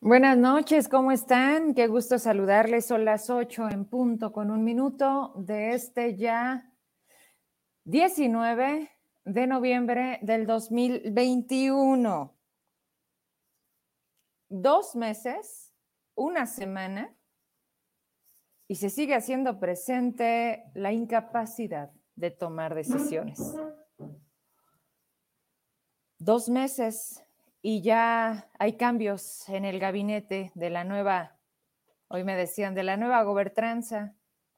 Buenas noches, ¿cómo están? Qué gusto saludarles. Son las 8 en punto con un minuto de este ya 19 de noviembre del 2021. 2 meses, una semana, y se sigue haciendo presente la incapacidad de tomar decisiones. 2 meses y ya hay cambios en el gabinete de la nueva, hoy me decían, de la nueva gobernanza.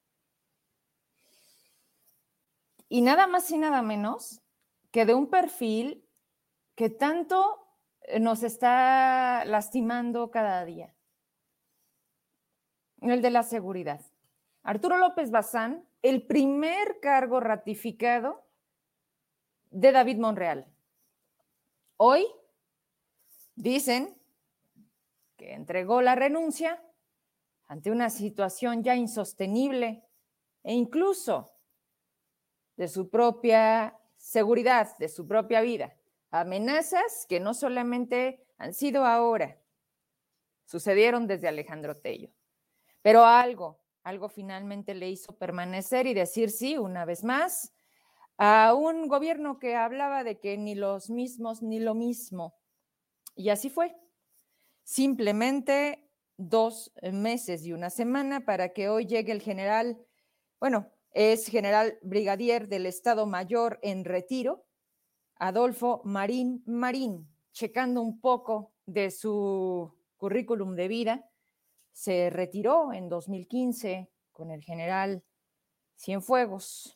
Y nada más y nada menos que de un perfil que tanto nos está lastimando cada día, el de la seguridad. Arturo López Bazán, el primer cargo ratificado de David Monreal. Hoy dicen que entregó la renuncia ante una situación ya insostenible e incluso de su propia seguridad, de su propia vida. Amenazas que no solamente han sido ahora, sucedieron desde Alejandro Tello, pero algo finalmente le hizo permanecer y decir sí una vez más a un gobierno que hablaba de que ni los mismos ni lo mismo. Y así fue. Simplemente 2 meses y una semana para que hoy llegue el general, bueno, es general brigadier del Estado Mayor en retiro, Adolfo Marín Marín, checando un poco de su currículum de vida. Se retiró en 2015 con el general Cienfuegos.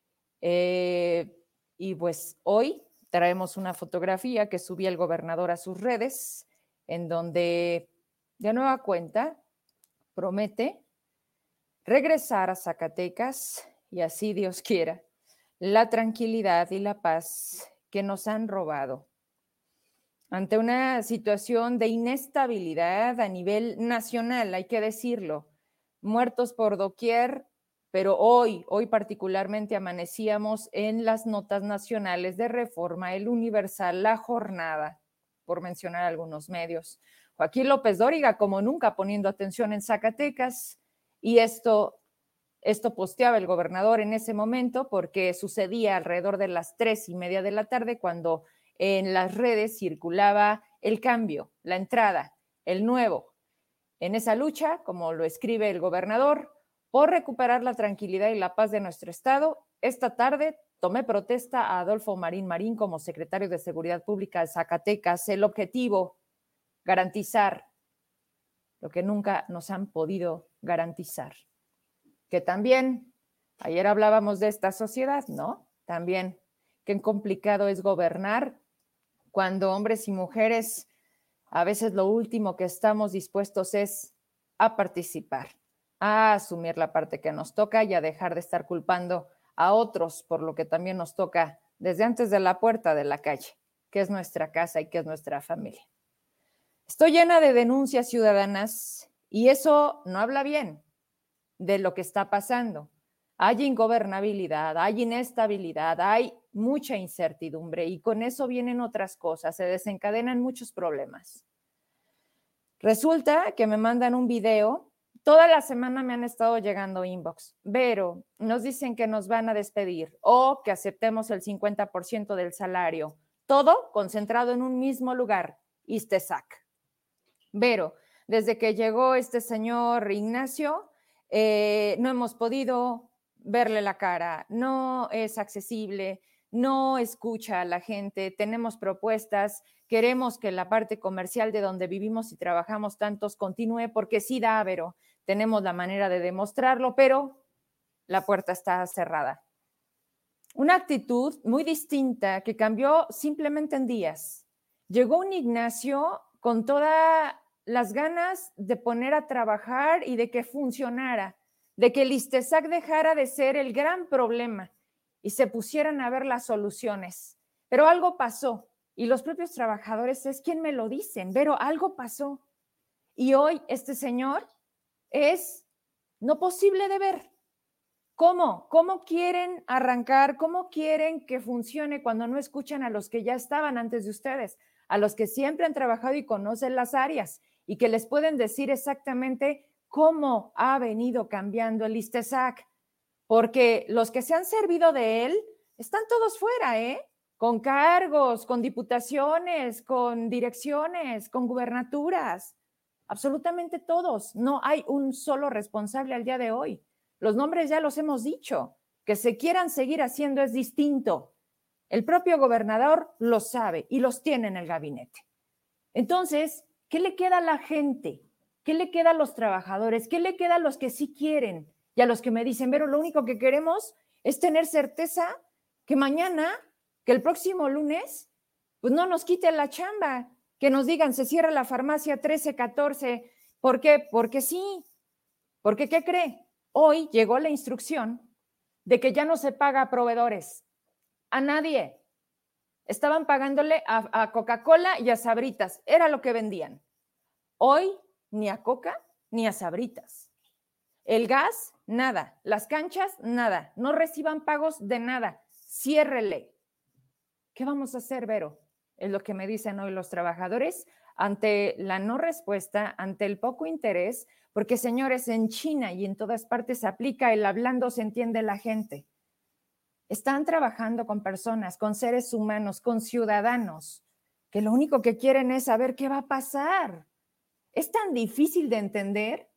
Y pues hoy traemos una fotografía que subía el gobernador a sus redes, en donde de nueva cuenta promete regresar a Zacatecas y así Dios quiera, la tranquilidad y la paz que nos han robado. Ante una situación de inestabilidad a nivel nacional, hay que decirlo, muertos por doquier, pero hoy particularmente amanecíamos en las notas nacionales de Reforma, El Universal, La Jornada, por mencionar algunos medios. Joaquín López Dóriga, como nunca, poniendo atención en Zacatecas, y esto posteaba el gobernador en ese momento porque sucedía alrededor de las 3:30 de la tarde cuando en las redes circulaba el cambio, la entrada, el nuevo. En esa lucha, como lo escribe el gobernador, por recuperar la tranquilidad y la paz de nuestro estado, esta tarde tomé protesta a Adolfo Marín Marín como secretario de Seguridad Pública de Zacatecas. El objetivo, garantizar lo que nunca nos han podido garantizar. Que también, ayer hablábamos de esta sociedad, ¿no? También, qué complicado es gobernar cuando hombres y mujeres, a veces lo último que estamos dispuestos es a participar, a asumir la parte que nos toca y a dejar de estar culpando a otros por lo que también nos toca desde antes de la puerta de la calle, que es nuestra casa y que es nuestra familia. Estoy llena de denuncias ciudadanas y eso no habla bien de lo que está pasando. Hay ingobernabilidad, hay inestabilidad, hay mucha incertidumbre y con eso vienen otras cosas, se desencadenan muchos problemas. Resulta que me mandan un video, toda la semana me han estado llegando inbox, pero nos dicen que nos van a despedir o que aceptemos el 50% del salario, todo concentrado en un mismo lugar, Iztezac. Vero, desde que llegó este señor Ignacio, no hemos podido verle la cara, no es accesible, no escucha a la gente, tenemos propuestas, queremos que la parte comercial de donde vivimos y trabajamos tantos continúe, porque sí da, Vero, tenemos la manera de demostrarlo, pero la puerta está cerrada. Una actitud muy distinta que cambió simplemente en días. Llegó un Ignacio con todas las ganas de poner a trabajar y de que funcionara, de que el Iztezac dejara de ser el gran problema y se pusieran a ver las soluciones. Pero algo pasó y los propios trabajadores es quien me lo dicen, pero algo pasó. Y hoy este señor es no posible de ver. ¿Cómo? ¿Cómo quieren arrancar? ¿Cómo quieren que funcione cuando no escuchan a los que ya estaban antes de ustedes? A los que siempre han trabajado y conocen las áreas y que les pueden decir exactamente cómo ha venido cambiando el ISTESAC, porque los que se han servido de él están todos fuera, con cargos, con diputaciones, con direcciones, con gubernaturas, absolutamente todos. No hay un solo responsable al día de hoy. Los nombres ya los hemos dicho. Que se quieran seguir haciendo es distinto. El propio gobernador lo sabe y los tiene en el gabinete. Entonces, ¿qué le queda a la gente? ¿Qué le queda a los trabajadores? ¿Qué le queda a los que sí quieren? Y a los que me dicen, pero lo único que queremos es tener certeza que mañana, que el próximo lunes, pues no nos quiten la chamba, que nos digan, se cierra la farmacia 13, 14. ¿Por qué? Porque sí. Porque, ¿qué cree? Hoy llegó la instrucción de que ya no se paga a proveedores, a nadie. Estaban pagándole a Coca-Cola y a Sabritas, era lo que vendían. Hoy ni a Coca ni a Sabritas. El gas, nada. Las canchas, nada. No reciban pagos de nada. Ciérrele. ¿Qué vamos a hacer, Vero? Es lo que me dicen hoy los trabajadores ante la no respuesta, ante el poco interés, porque, señores, en China y en todas partes se aplica el hablando se entiende la gente. Están trabajando con personas, con seres humanos, con ciudadanos, que lo único que quieren es saber qué va a pasar. Es tan difícil de entender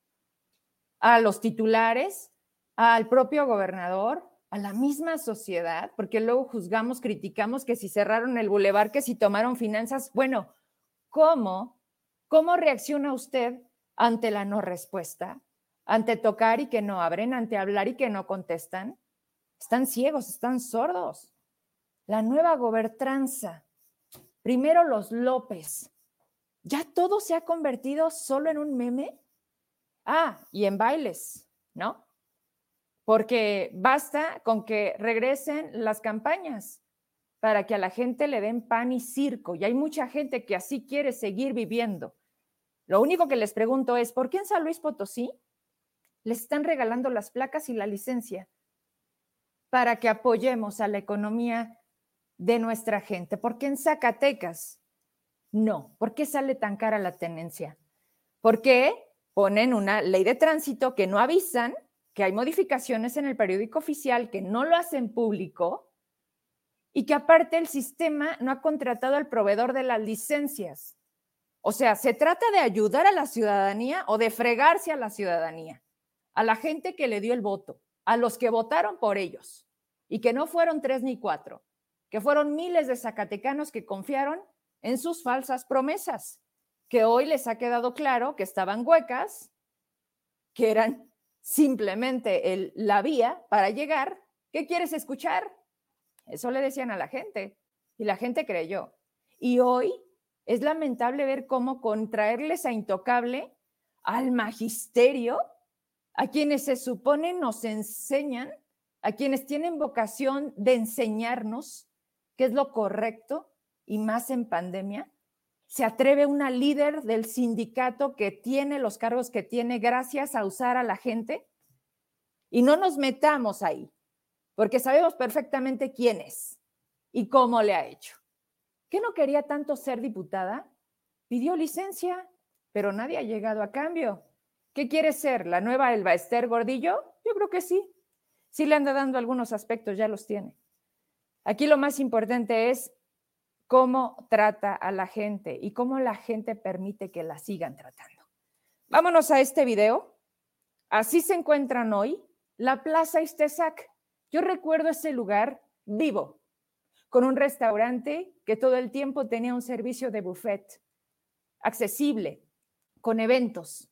a los titulares, al propio gobernador, a la misma sociedad, porque luego juzgamos, criticamos que si cerraron el bulevar, que si tomaron finanzas. Bueno, ¿cómo reacciona usted ante la no respuesta? Ante tocar y que no abren, ante hablar y que no contestan. Están ciegos, están sordos. La nueva gobernanza. Primero los López. ¿Ya todo se ha convertido solo en un meme? Y en bailes, ¿no? Porque basta con que regresen las campañas para que a la gente le den pan y circo. Y hay mucha gente que así quiere seguir viviendo. Lo único que les pregunto es, ¿por qué en San Luis Potosí les están regalando las placas y la licencia para que apoyemos a la economía de nuestra gente? ¿Por qué en Zacatecas no? ¿Por qué sale tan cara la tenencia? ¿Por qué ponen una ley de tránsito que no avisan que hay modificaciones en el periódico oficial, que no lo hacen público y que aparte el sistema no ha contratado al proveedor de las licencias? O sea, ¿se trata de ayudar a la ciudadanía o de fregarse a la ciudadanía? A la gente que le dio el voto, a los que votaron por ellos y que no fueron 3 ni 4, que fueron miles de zacatecanos que confiaron en sus falsas promesas, que hoy les ha quedado claro que estaban huecas, que eran simplemente la vía para llegar. ¿Qué quieres escuchar? Eso le decían a la gente y la gente creyó. Y hoy es lamentable ver cómo contraerles a Intocable, al magisterio, a quienes se supone nos enseñan, a quienes tienen vocación de enseñarnos qué es lo correcto y más en pandemia. Se atreve una líder del sindicato que tiene los cargos que tiene gracias a usar a la gente, y no nos metamos ahí, porque sabemos perfectamente quién es y cómo le ha hecho. ¿Qué no quería tanto ser diputada? Pidió licencia, pero nadie ha llegado a cambio. ¿Qué quiere ser? ¿La nueva Elba Ester Gordillo? Yo creo que sí. Sí le anda dando algunos aspectos, ya los tiene. Aquí lo más importante es cómo trata a la gente y cómo la gente permite que la sigan tratando. Vámonos a este video. Así se encuentran hoy la Plaza ISTESAC. Yo recuerdo ese lugar vivo, con un restaurante que todo el tiempo tenía un servicio de buffet, accesible, con eventos.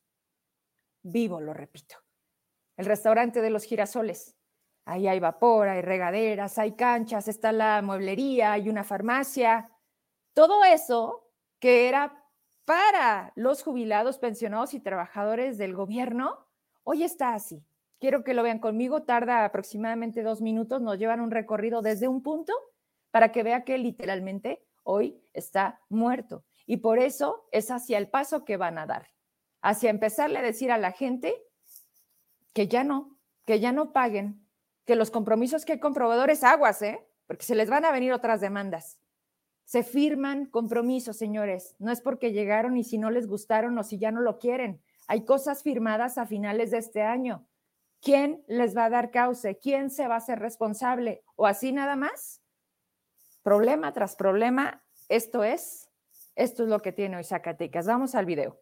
Vivo, lo repito. El restaurante de los Girasoles. Ahí hay vapor, hay regaderas, hay canchas, está la mueblería, hay una farmacia. Todo eso que era para los jubilados, pensionados y trabajadores del gobierno, hoy está así. Quiero que lo vean conmigo, tarda aproximadamente 2 minutos, nos llevan un recorrido desde un punto para que vea que literalmente hoy está muerto. Y por eso es hacia el paso que van a dar, hacia empezarle a decir a la gente que ya no paguen, que los compromisos que hay con proveedores, aguas, porque se les van a venir otras demandas. Se firman compromisos, señores. No es porque llegaron y si no les gustaron o si ya no lo quieren. Hay cosas firmadas a finales de este año. ¿Quién les va a dar cauce? ¿Quién se va a hacer responsable? ¿O así nada más? Problema tras problema. Esto es lo que tiene hoy Zacatecas. Vamos al video.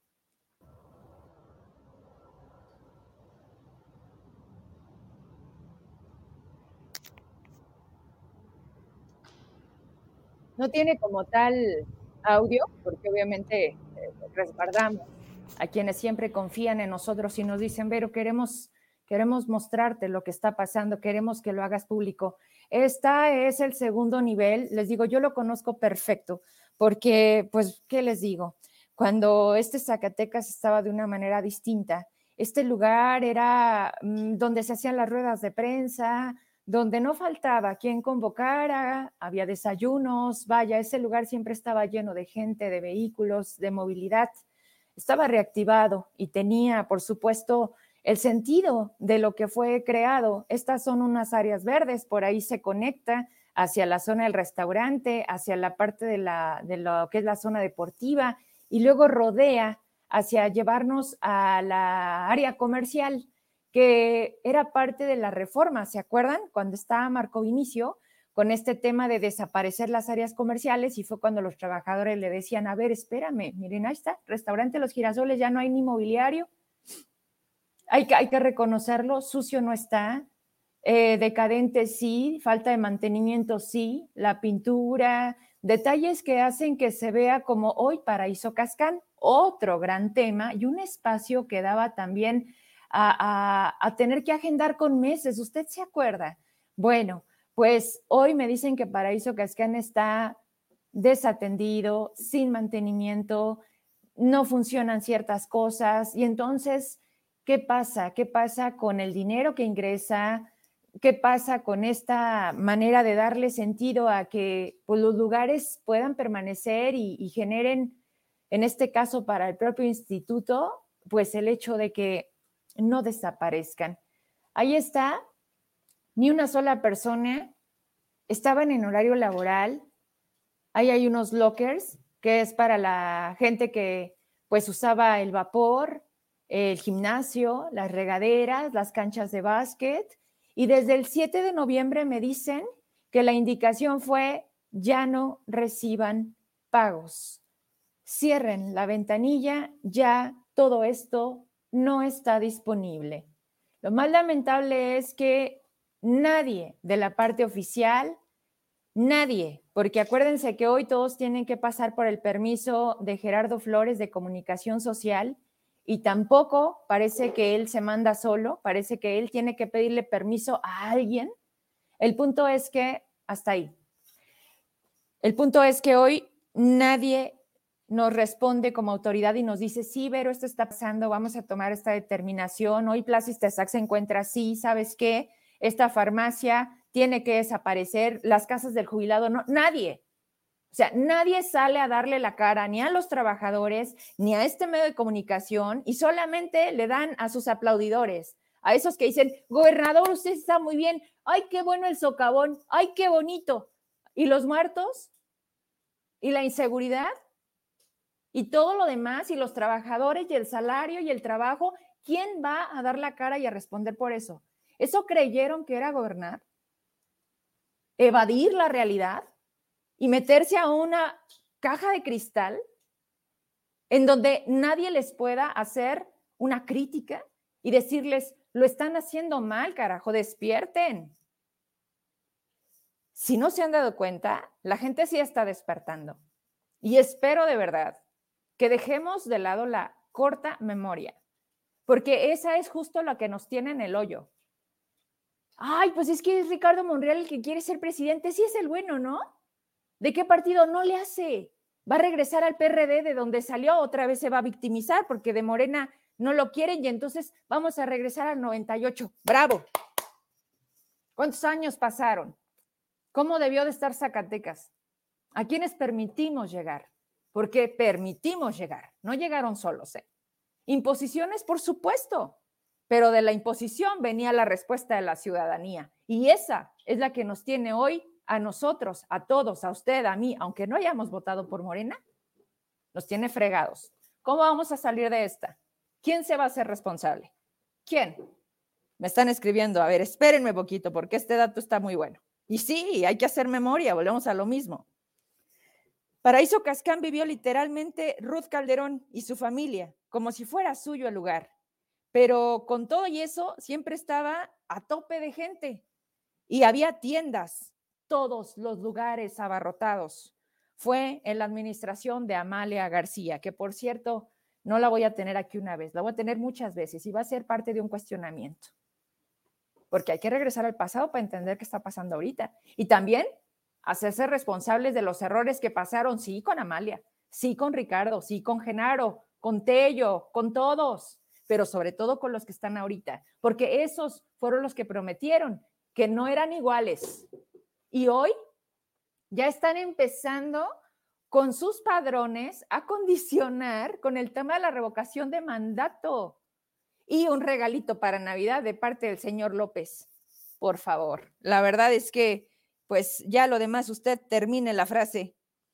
No tiene como tal audio, porque obviamente resguardamos a quienes siempre confían en nosotros y nos dicen, Vero, queremos mostrarte lo que está pasando, queremos que lo hagas público. Este es el segundo nivel, les digo, yo lo conozco perfecto, porque, pues, ¿qué les digo? Cuando Zacatecas estaba de una manera distinta, este lugar era donde se hacían las ruedas de prensa, donde no faltaba quien convocara, había desayunos, vaya, ese lugar siempre estaba lleno de gente, de vehículos, de movilidad, estaba reactivado y tenía, por supuesto, el sentido de lo que fue creado. Estas son unas áreas verdes, por ahí se conecta hacia la zona del restaurante, hacia la parte de lo que es la zona deportiva y luego rodea hacia llevarnos a la área comercial, que era parte de la reforma, ¿se acuerdan? Cuando estaba Marco Vinicio con este tema de desaparecer las áreas comerciales y fue cuando los trabajadores le decían, a ver, espérame, miren, ahí está, restaurante Los Girasoles, ya no hay ni mobiliario, hay que reconocerlo, sucio no está, decadente sí, falta de mantenimiento sí, la pintura, detalles que hacen que se vea como hoy Paraíso Cascán, otro gran tema y un espacio que daba también a tener que agendar con meses. ¿Usted se acuerda? Bueno, pues hoy me dicen que Paraíso Cascán está desatendido, sin mantenimiento, no funcionan ciertas cosas y entonces, ¿qué pasa? ¿Qué pasa con el dinero que ingresa? ¿Qué pasa con esta manera de darle sentido a que pues, los lugares puedan permanecer y generen, en este caso para el propio instituto, pues el hecho de que no desaparezcan? Ahí está, ni una sola persona, estaban en horario laboral, ahí hay unos lockers que es para la gente que pues usaba el vapor, el gimnasio, las regaderas, las canchas de básquet, y desde el 7 de noviembre me dicen que la indicación fue ya no reciban pagos. Cierren la ventanilla, ya todo esto no está disponible. Lo más lamentable es que nadie de la parte oficial, nadie, porque acuérdense que hoy todos tienen que pasar por el permiso de Gerardo Flores de Comunicación Social y tampoco parece que él se manda solo, parece que él tiene que pedirle permiso a alguien. El punto es que hasta ahí. El punto es que hoy nadie nos responde como autoridad y nos dice, sí, Vero, esto está pasando, vamos a tomar esta determinación. Hoy Plaza Ixtezac se encuentra así, ¿sabes qué? Esta farmacia tiene que desaparecer, las casas del jubilado, no, nadie. O sea, nadie sale a darle la cara ni a los trabajadores, ni a este medio de comunicación, y solamente le dan a sus aplaudidores, a esos que dicen, gobernador, usted está muy bien, ay, qué bueno el socavón, ay, qué bonito. ¿Y los muertos? ¿Y la inseguridad? ¿Y todo lo demás? ¿Y los trabajadores? ¿Y el salario? ¿Y el trabajo? ¿Quién va a dar la cara y a responder por eso? ¿Eso creyeron que era gobernar? ¿Evadir la realidad? ¿Y meterse a una caja de cristal en donde nadie les pueda hacer una crítica y decirles, lo están haciendo mal, carajo, despierten? Si no se han dado cuenta, la gente sí está despertando. Y espero de verdad que dejemos de lado la corta memoria, porque esa es justo lo que nos tiene en el hoyo. Ay, pues es que es Ricardo Monreal el que quiere ser presidente, sí es el bueno, ¿no? ¿De qué partido? No le hace. Va a regresar al PRD de donde salió, otra vez se va a victimizar porque de Morena no lo quieren y entonces vamos a regresar al 98. ¡Bravo! ¿Cuántos años pasaron? ¿Cómo debió de estar Zacatecas? ¿A quiénes permitimos llegar? Porque permitimos llegar, no llegaron solos. Imposiciones, por supuesto, pero de la imposición venía la respuesta de la ciudadanía y esa es la que nos tiene hoy a nosotros, a todos, a usted, a mí, aunque no hayamos votado por Morena, nos tiene fregados. ¿Cómo vamos a salir de esta? ¿Quién se va a hacer responsable? ¿Quién? Me están escribiendo, a ver, espérenme poquito porque este dato está muy bueno. Y sí, hay que hacer memoria, volvemos a lo mismo. Paraíso Cascán vivió literalmente Ruth Calderón y su familia, como si fuera suyo el lugar. Pero con todo y eso, siempre estaba a tope de gente. Y había tiendas, todos los lugares abarrotados. Fue en la administración de Amalia García, que por cierto, no la voy a tener aquí una vez, la voy a tener muchas veces y va a ser parte de un cuestionamiento. Porque hay que regresar al pasado para entender qué está pasando ahorita. Y también hacerse responsables de los errores que pasaron, sí, con Amalia, sí, con Ricardo, sí, con Genaro, con Tello, con todos, pero sobre todo con los que están ahorita, porque esos fueron los que prometieron que no eran iguales. Y hoy ya están empezando con sus padrones a condicionar con el tema de la revocación de mandato. Y un regalito para Navidad de parte del señor López, por favor. La verdad es que, pues ya lo demás, usted termine la frase.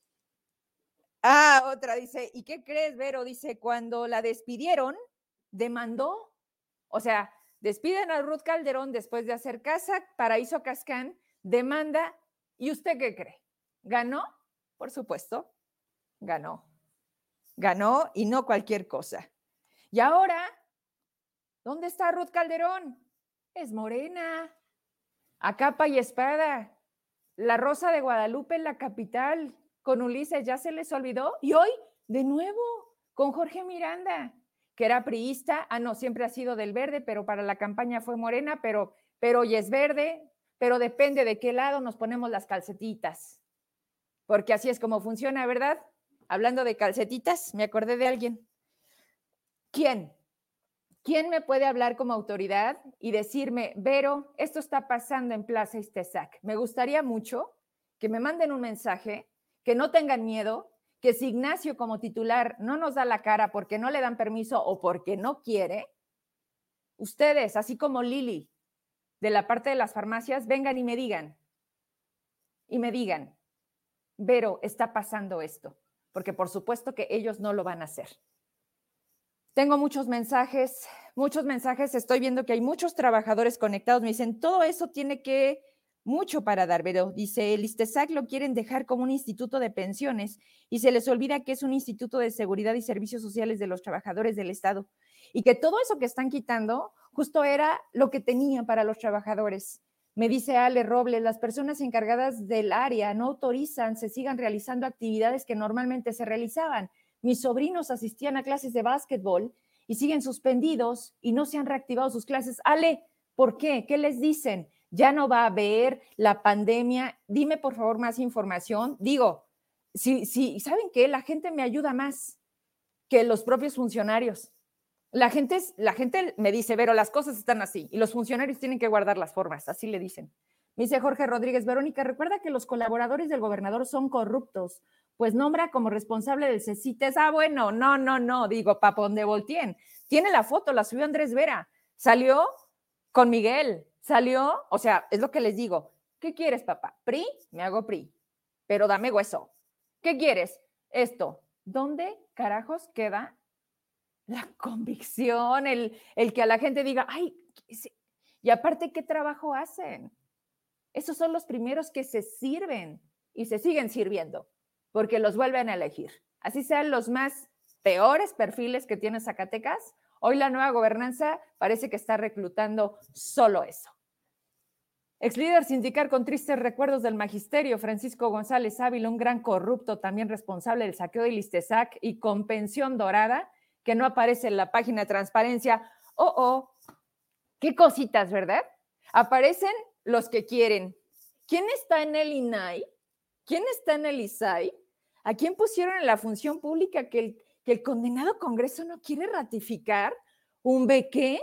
Ah, otra dice, ¿y qué crees, Vero? Dice, cuando la despidieron, demandó. O sea, despiden a Ruth Calderón después de hacer casa, Paraíso Cascán, demanda, ¿y usted qué cree? ¿Ganó? Por supuesto, ganó. Ganó y no cualquier cosa. Y ahora, ¿dónde está Ruth Calderón? Es Morena, a capa y espada. La Rosa de Guadalupe en la capital, con Ulises, ya se les olvidó. Y hoy, de nuevo, con Jorge Miranda, que era priista. Ah, no, siempre ha sido del verde, pero para la campaña fue Morena, pero hoy es verde, pero depende de qué lado nos ponemos las calcetitas. Porque así es como funciona, ¿verdad? Hablando de calcetitas, me acordé de alguien. ¿Quién? ¿Quién me puede hablar como autoridad y decirme, Vero, esto está pasando en Plaza Ixtezac? Me gustaría mucho que me manden un mensaje, que no tengan miedo, que si Ignacio como titular no nos da la cara porque no le dan permiso o porque no quiere, ustedes, así como Lili, de la parte de las farmacias, vengan y me digan, Vero, está pasando esto, porque por supuesto que ellos no lo van a hacer. Tengo muchos mensajes, estoy viendo que hay muchos trabajadores conectados, me dicen, todo eso tiene que mucho para dar, pero dice, el Ixtezac lo quieren dejar como un instituto de pensiones y se les olvida que es un instituto de seguridad y servicios sociales de los trabajadores del Estado y que todo eso que están quitando justo era lo que tenían para los trabajadores. Me dice Ale Robles, las personas encargadas del área no autorizan se sigan realizando actividades que normalmente se realizaban. Mis sobrinos asistían a clases de básquetbol y siguen suspendidos y no se han reactivado sus clases. Ale, ¿por qué? ¿Qué les dicen? ¿Ya no va a haber la pandemia? Dime, por favor, más información. Digo, si ¿saben qué? La gente me ayuda más que los propios funcionarios. La gente me dice, Vero, las cosas están así y los funcionarios tienen que guardar las formas, así le dicen. Me dice Jorge Rodríguez, Verónica, recuerda que los colaboradores del gobernador son corruptos, pues nombra como responsable del CECITES. Ah, bueno, no, digo, para donde volteen. Tiene la foto, la subió Andrés Vera, salió con Miguel, salió, o sea, es lo que les digo. ¿Qué quieres, papá? ¿PRI? Me hago PRI, pero dame hueso. ¿Qué quieres? Esto. ¿Dónde carajos queda la convicción, el que a la gente diga, ay, y aparte, ¿qué trabajo hacen? Esos son los primeros que se sirven y se siguen sirviendo, porque los vuelven a elegir. Así sean los más peores perfiles que tiene Zacatecas, hoy la nueva gobernanza parece que está reclutando solo eso. Ex líder sindical con tristes recuerdos del magisterio, Francisco González Ávila, un gran corrupto, también responsable del saqueo del Ixtezac y con pensión dorada, que no aparece en la página de transparencia. Qué cositas, ¿verdad? Aparecen los que quieren. ¿Quién está en el INAI? ¿Quién está en el ISAI? ¿A quién pusieron en la función pública que el condenado Congreso no quiere ratificar? ¿Un bequé?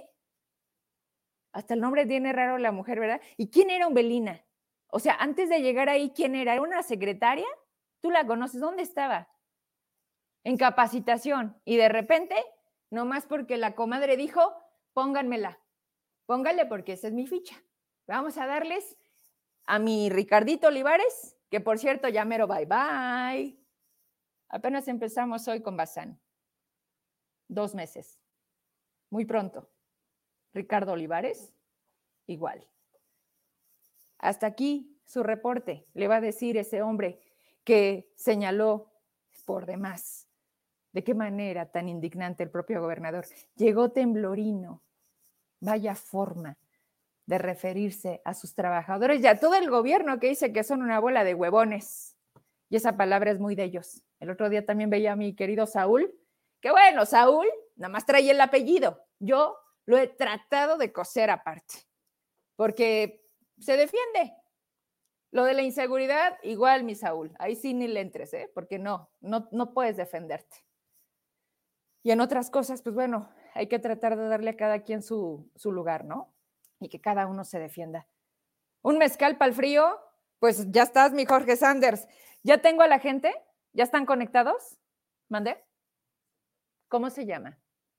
Hasta el nombre tiene raro la mujer, ¿verdad? ¿Y quién era Umbelina? O sea, antes de llegar ahí, ¿quién era? ¿Era una secretaria? ¿Tú la conoces? ¿Dónde estaba? En capacitación. Y de repente, nomás porque la comadre dijo, pónganmela. Póngale porque esa es mi ficha. Vamos a darles a mi Ricardito Olivares, que por cierto, ya mero bye bye. Apenas empezamos hoy con Bazán. 2 meses. Muy pronto. Ricardo Olivares, igual. Hasta aquí su reporte, le va a decir ese hombre que señaló por demás. ¿De qué manera tan indignante el propio gobernador? Llegó temblorino. Vaya forma de referirse a sus trabajadores y a todo el gobierno que dice que son una bola de huevones. Y esa palabra es muy de ellos. El otro día también veía a mi querido Saúl, que bueno, Saúl nada más trae el apellido. Yo lo he tratado de coser aparte, porque se defiende. Lo de la inseguridad, igual, mi Saúl, ahí sí ni le entres, porque no puedes defenderte. Y en otras cosas, pues bueno, hay que tratar de darle a cada quien su lugar, ¿no? Y que cada uno se defienda. Un mezcal para el frío, pues ya estás, mi Jorge Sanders. ¿Ya tengo a la gente? ¿Ya están conectados? ¿Mandé? ¿Cómo se llama?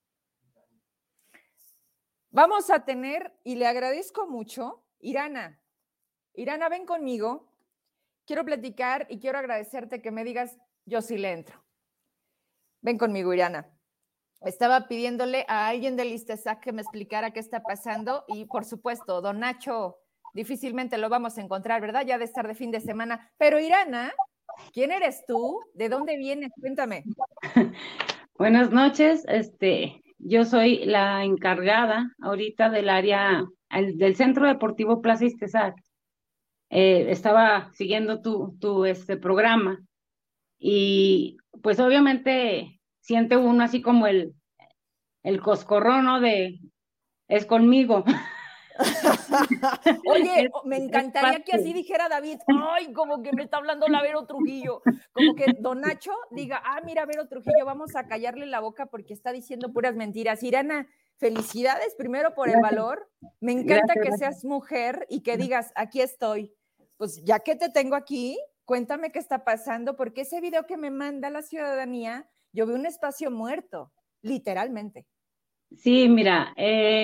Vamos a tener, y le agradezco mucho, Irana, ven conmigo. Quiero platicar y quiero agradecerte que me digas, yo sí le entro. Ven conmigo, Irana. Estaba pidiéndole a alguien del ISTESAC que me explicara qué está pasando y, por supuesto, don Nacho, difícilmente lo vamos a encontrar, ¿verdad? Ya de estar de fin de semana. Pero, Irana, ¿quién eres tú? ¿De dónde vienes? Cuéntame. Buenas noches, yo soy la encargada ahorita del área del Centro Deportivo Plaza Ixtesac. Estaba siguiendo tu programa y pues obviamente siente uno así como el coscorrón, ¿no? Es conmigo. Oye, me encantaría que así dijera David, ay, como que me está hablando la Vero Trujillo, como que don Nacho diga, mira, Vero Trujillo, vamos a callarle la boca porque está diciendo puras mentiras. Irana, felicidades primero por el valor, me encanta que seas mujer y que digas, aquí estoy. Pues ya que te tengo aquí, cuéntame qué está pasando, porque ese video que me manda la ciudadanía, yo veo un espacio muerto, literalmente. Sí, mira,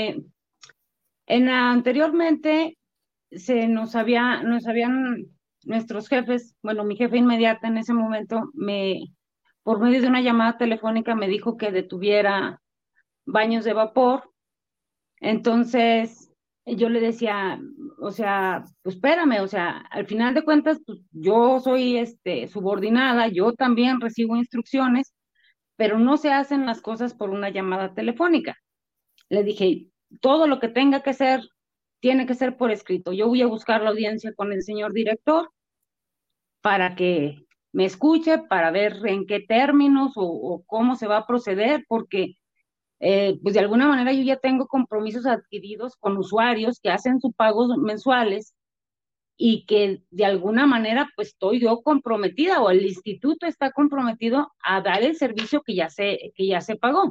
anteriormente nos habían nuestros jefes, bueno, mi jefe inmediata en ese momento, por medio de una llamada telefónica me dijo que detuviera baños de vapor. Entonces, yo le decía, o sea, pues espérame, o sea, al final de cuentas, pues yo soy subordinada, yo también recibo instrucciones, pero no se hacen las cosas por una llamada telefónica. Le dije, todo lo que tenga que ser, tiene que ser por escrito. Yo voy a buscar la audiencia con el señor director para que me escuche, para ver en qué términos o cómo se va a proceder, porque pues de alguna manera yo ya tengo compromisos adquiridos con usuarios que hacen sus pagos mensuales y que de alguna manera pues estoy yo comprometida o el instituto está comprometido a dar el servicio que ya se pagó.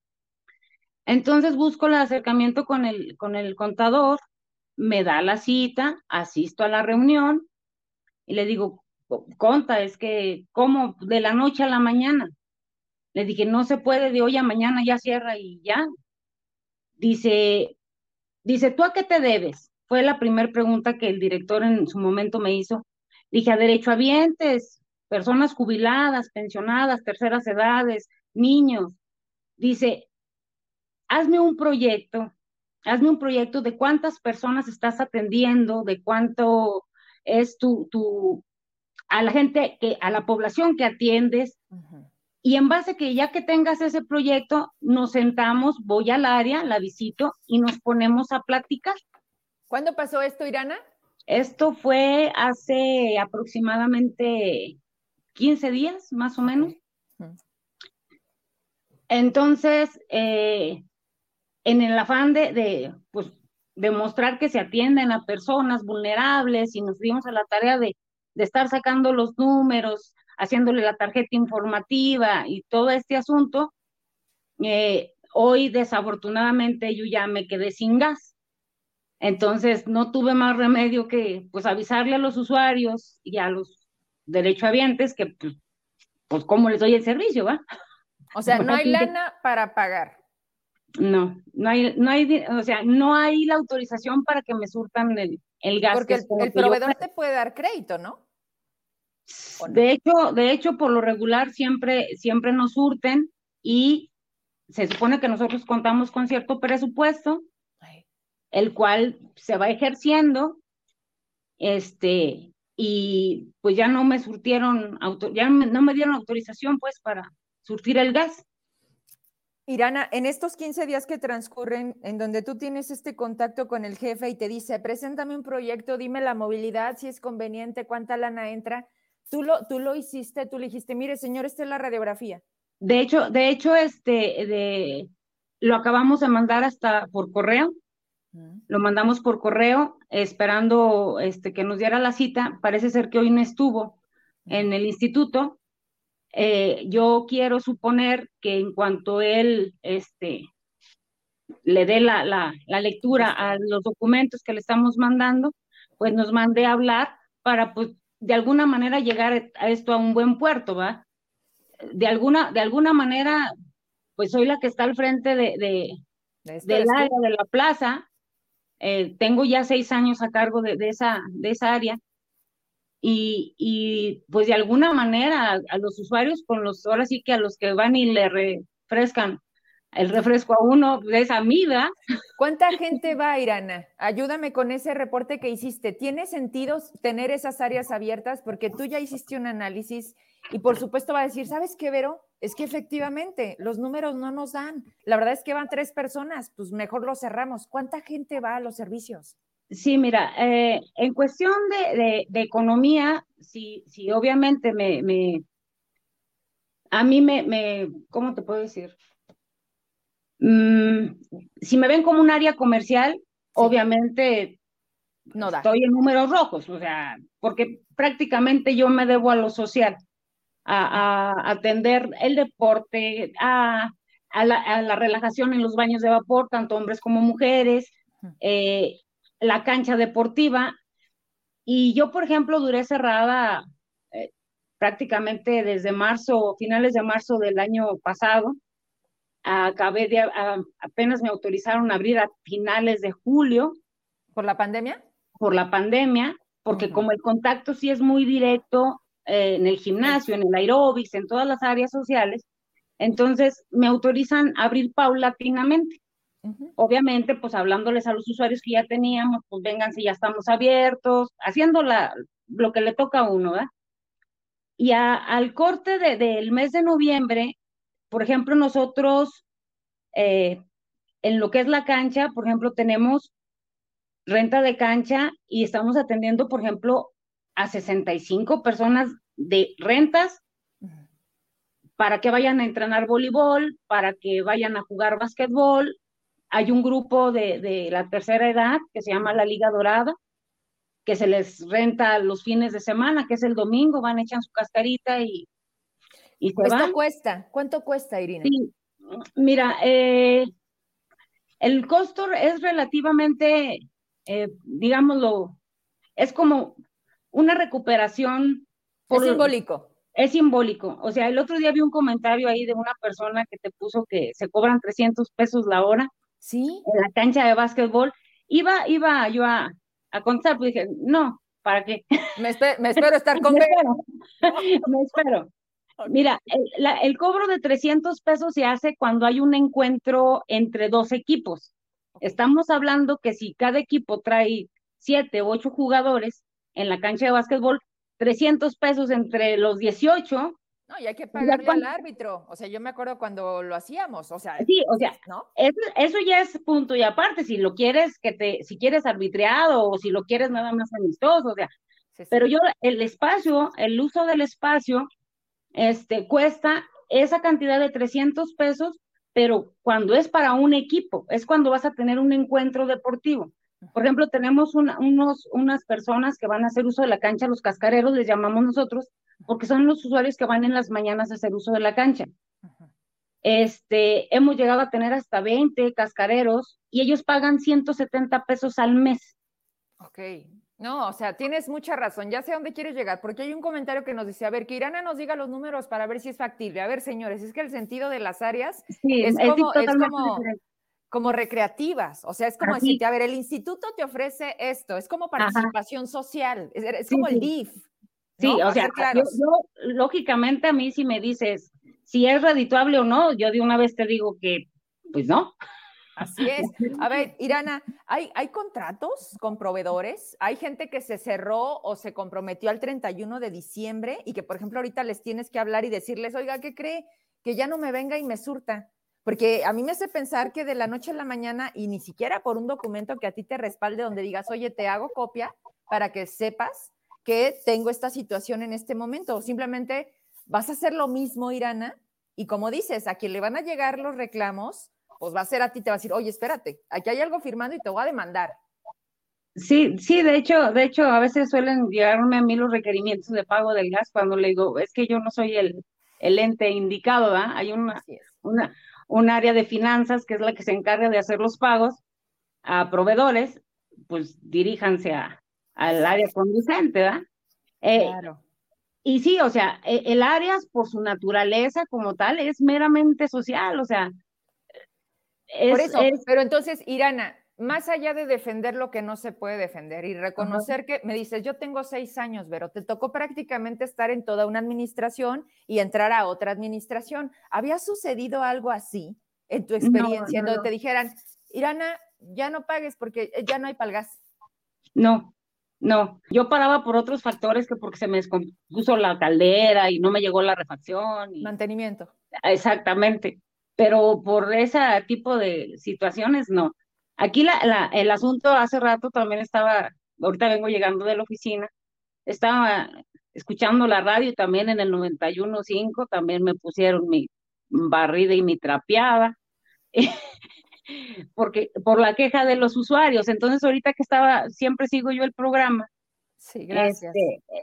Entonces busco el acercamiento con el contador, me da la cita, asisto a la reunión y le digo, conta, es que, ¿cómo? De la noche a la mañana. Le dije, no se puede de hoy a mañana, ya cierra y ya. Dice, ¿tú a qué te debes? Fue la primera pregunta que el director en su momento me hizo. Dije, a derechohabientes, personas jubiladas, pensionadas, terceras edades, niños. Dice, hazme un proyecto, de cuántas personas estás atendiendo, de cuánto es a la gente, a la población que atiendes. Uh-huh. Y en base que ya que tengas ese proyecto, nos sentamos, voy al área, la visito y nos ponemos a platicar. ¿Cuándo pasó esto, Irana? Esto fue hace aproximadamente 15 días, más o menos. Uh-huh. Entonces, en el afán de demostrar que se atienden a personas vulnerables y nos dimos a la tarea de estar sacando los números, haciéndole la tarjeta informativa y todo este asunto, hoy desafortunadamente yo ya me quedé sin gas. Entonces no tuve más remedio que pues avisarle a los usuarios y a los derechohabientes que pues cómo les doy el servicio, ¿va? O sea, no hay lana para pagar. No hay, o sea, no hay la autorización para que me surtan el gas. Porque el proveedor te puede dar crédito, ¿no? ¿O no? De hecho, por lo regular siempre nos surten y se supone que nosotros contamos con cierto presupuesto, el cual se va ejerciendo, y pues ya no me surtieron, no me dieron autorización pues para surtir el gas. Irana, en estos 15 días que transcurren, en donde tú tienes este contacto con el jefe y te dice, preséntame un proyecto, dime la movilidad, si es conveniente, cuánta lana entra, tú lo hiciste, tú le dijiste, mire, señor, esta es la radiografía. De hecho, lo acabamos de mandar hasta por correo. Lo mandamos por correo esperando que nos diera la cita. Parece ser que hoy no estuvo en el instituto. Yo quiero suponer que en cuanto él le dé la lectura a los documentos que le estamos mandando, pues nos mande a hablar para, pues, de alguna manera llegar a esto a un buen puerto, ¿va? De alguna manera, pues soy la que está al frente del área de la plaza. Tengo ya 6 años a cargo de esa área, y pues de alguna manera a los usuarios, ahora sí que a los que van y le refrescan el refresco a uno de esa mida. ¿Cuánta gente va, Irana? Ayúdame con ese reporte que hiciste. ¿Tiene sentido tener esas áreas abiertas? Porque tú ya hiciste un análisis y por supuesto va a decir, ¿sabes qué, Vero? Es que efectivamente los números no nos dan. La verdad es que van 3 personas, pues mejor lo cerramos. ¿Cuánta gente va a los servicios? Sí, mira, en cuestión de economía, sí, obviamente a mí ¿cómo te puedo decir? Si me ven como un área comercial, sí, obviamente no estoy en números rojos, o sea, porque prácticamente yo me debo a lo social, a atender el deporte, a la relajación en los baños de vapor, tanto hombres como mujeres, la cancha deportiva. Y yo, por ejemplo, duré cerrada prácticamente desde marzo, finales de marzo del año pasado. Apenas me autorizaron a abrir a finales de julio. ¿Por la pandemia? Por la pandemia, porque como el contacto sí es muy directo en el gimnasio, en el aeróbics, en todas las áreas sociales, entonces me autorizan a abrir paulatinamente. Obviamente, pues hablándoles a los usuarios que ya teníamos, pues vénganse, ya estamos abiertos, haciendo lo que le toca a uno, ¿verdad? Y al corte del mes de noviembre, por ejemplo, nosotros, en lo que es la cancha, por ejemplo, tenemos renta de cancha y estamos atendiendo, por ejemplo, a 65 personas de rentas para que vayan a entrenar voleibol, para que vayan a jugar básquetbol. Hay un grupo de la tercera edad que se llama la Liga Dorada, que se les renta los fines de semana, que es el domingo, van, echan su cascarita y se van. ¿Esto cuesta? ¿Cuánto cuesta, Irina? Sí, mira, el costo es relativamente, digámoslo, es como una recuperación. Es simbólico. Es simbólico. O sea, el otro día vi un comentario ahí de una persona que te puso que se cobran 300 pesos la hora. Sí. En la cancha de básquetbol. Iba yo a contestar, pues dije, no, ¿para qué? Me espero estar con me espero. Okay. Mira, el cobro de 300 pesos se hace cuando hay un encuentro entre 2 equipos. Estamos hablando que si cada equipo trae 7 u 8 jugadores en la cancha de básquetbol, 300 pesos entre los 18. No, y hay que pagarle al árbitro. O sea, yo me acuerdo cuando lo hacíamos. O sea, sí, o sea, ¿no? Eso ya es punto y aparte. Si lo quieres, si quieres arbitreado o si lo quieres nada más amistoso, o sea. Sí. Pero yo, el uso del espacio, cuesta esa cantidad de 300 pesos, pero cuando es para un equipo, es cuando vas a tener un encuentro deportivo. Por ejemplo, tenemos unas personas que van a hacer uso de la cancha, los cascareros, les llamamos nosotros, porque son los usuarios que van en las mañanas a hacer uso de la cancha. Hemos llegado a tener hasta 20 cascareros y ellos pagan 170 pesos al mes. Ok. No, o sea, tienes mucha razón. Ya sé a dónde quieres llegar, porque hay un comentario que nos dice, a ver, que Irana nos diga los números para ver si es factible. A ver, señores, es que el sentido de las áreas sí, es como recreativas, o sea, es como Así, decirte, a ver, el instituto te ofrece esto, es como ajá, participación social, es sí, como el sí, DIF, sí, ¿no? o Para sea, ser claros. lógicamente a mí si me dices si es redituable o no, yo de una vez te digo que, pues no. Así es. A ver, Irana, ¿hay contratos con proveedores? ¿Hay gente que se cerró o se comprometió al 31 de diciembre y que, por ejemplo, ahorita les tienes que hablar y decirles, oiga, ¿qué cree? Que ya no me venga y me surta. Porque a mí me hace pensar que de la noche a la mañana y ni siquiera por un documento que a ti te respalde donde digas, oye, te hago copia para que sepas que tengo esta situación en este momento. O simplemente vas a hacer lo mismo, Irana, y como dices, a quien le van a llegar los reclamos, pues va a ser a ti, te va a decir, oye, espérate, aquí hay algo firmando y te voy a demandar. Sí, sí, de hecho, a veces suelen llegarme a mí los requerimientos de pago del gas cuando le digo, es que yo no soy el ente indicado, ¿verdad? Hay Así es. una, un área de finanzas que es la que se encarga de hacer los pagos a proveedores, pues diríjanse al área Exacto. conducente, ¿verdad? Eh, Claro. y sí, o sea, el área por su naturaleza como tal es meramente social, o sea, Por es, eso, es, pero entonces, Irana, más allá de defender lo que no se puede defender y ajá, reconocer que me dices, yo tengo 6 años, pero te tocó prácticamente estar en toda una administración y entrar a otra administración. ¿Había sucedido algo así en tu no, experiencia, en no, donde te no, dijeran, Irana, ya no pagues porque ya no hay palgas, no, no, yo paraba por otros factores que porque se me descompuso la caldera y no me llegó la refacción y mantenimiento? exactamente, pero por ese tipo de situaciones no. Aquí el asunto hace rato también estaba, ahorita vengo llegando de la oficina, estaba escuchando la radio y también en el 91.5 también me pusieron mi barrida y mi trapeada, porque por la queja de los usuarios. Entonces ahorita que estaba, siempre sigo yo el programa, Sí, gracias. este,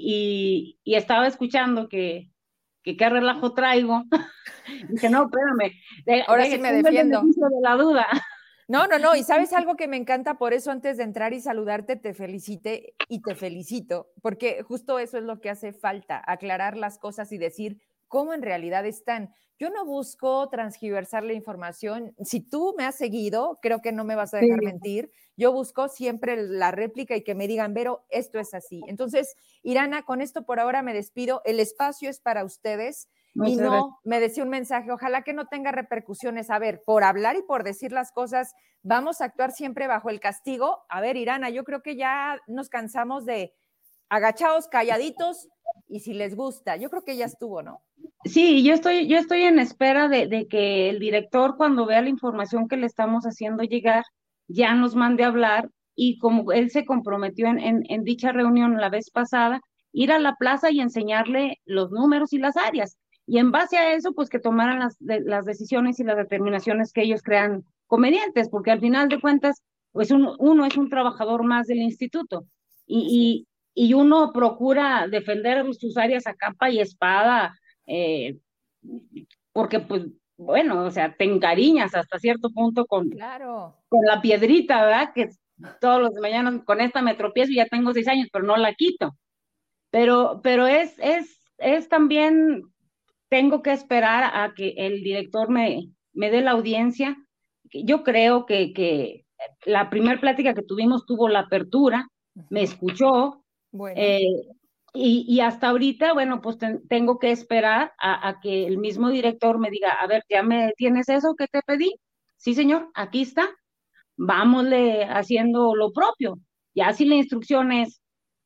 y estaba escuchando que qué relajo traigo. Dije, no, espérame, Ahora sí me tengo el defiendo. beneficio de la duda. No, no, no. Y sabes algo que me encanta, por eso antes de entrar y saludarte, te felicité y te felicito, porque justo eso es lo que hace falta, aclarar las cosas y decir cómo en realidad están. Yo no busco transgiversar la información. Si tú me has seguido, creo que no me vas a Sí, dejar mentir. Yo busco siempre la réplica y que me digan, Vero, esto es así. Entonces, Irana, con esto por ahora me despido. El espacio es para ustedes. Y muchas gracias. no, me decía un mensaje, ojalá que no tenga repercusiones. A ver, por hablar y por decir las cosas, vamos a actuar siempre bajo el castigo. A ver, Irana, yo creo que ya nos cansamos de agachados, calladitos, y si les gusta, yo creo que ya estuvo, ¿no? Sí, yo estoy en espera de que el director, cuando vea la información que le estamos haciendo llegar, ya nos mande a hablar y como él se comprometió en dicha reunión la vez pasada, ir a la plaza y enseñarle los números y las áreas. Y en base a eso, pues que tomaran las decisiones y las determinaciones que ellos crean convenientes, porque al final de cuentas, pues uno es un trabajador más del instituto Así es. y uno procura defender sus áreas a capa y espada, eh, porque pues, bueno, o sea, te encariñas hasta cierto punto Claro. con la piedrita, ¿verdad? Que todos los de mañana con esta me tropiezo y ya tengo 6 años, pero no la quito. Pero es también, tengo que esperar a que el director me dé la audiencia. Yo creo que la primera plática que tuvimos tuvo la apertura, me Ujú. escuchó, Bueno, eh, y hasta ahorita, bueno, pues tengo que esperar a que el mismo director me diga, a ver, ¿ya me tienes eso que te pedí? Sí, señor, aquí está, vámosle haciendo lo propio. Ya si la instrucción es,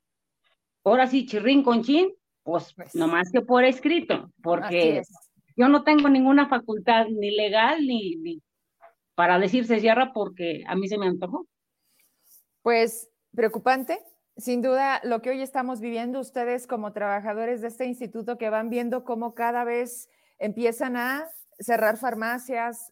ahora sí, chirrín con chin, pues pues nomás que por escrito, así porque es. yo no tengo ninguna facultad ni legal ni para decir se cierra porque a mí se me antojó. Pues preocupante, sin duda, lo que hoy estamos viviendo ustedes como trabajadores de este instituto que van viendo cómo cada vez empiezan a cerrar farmacias.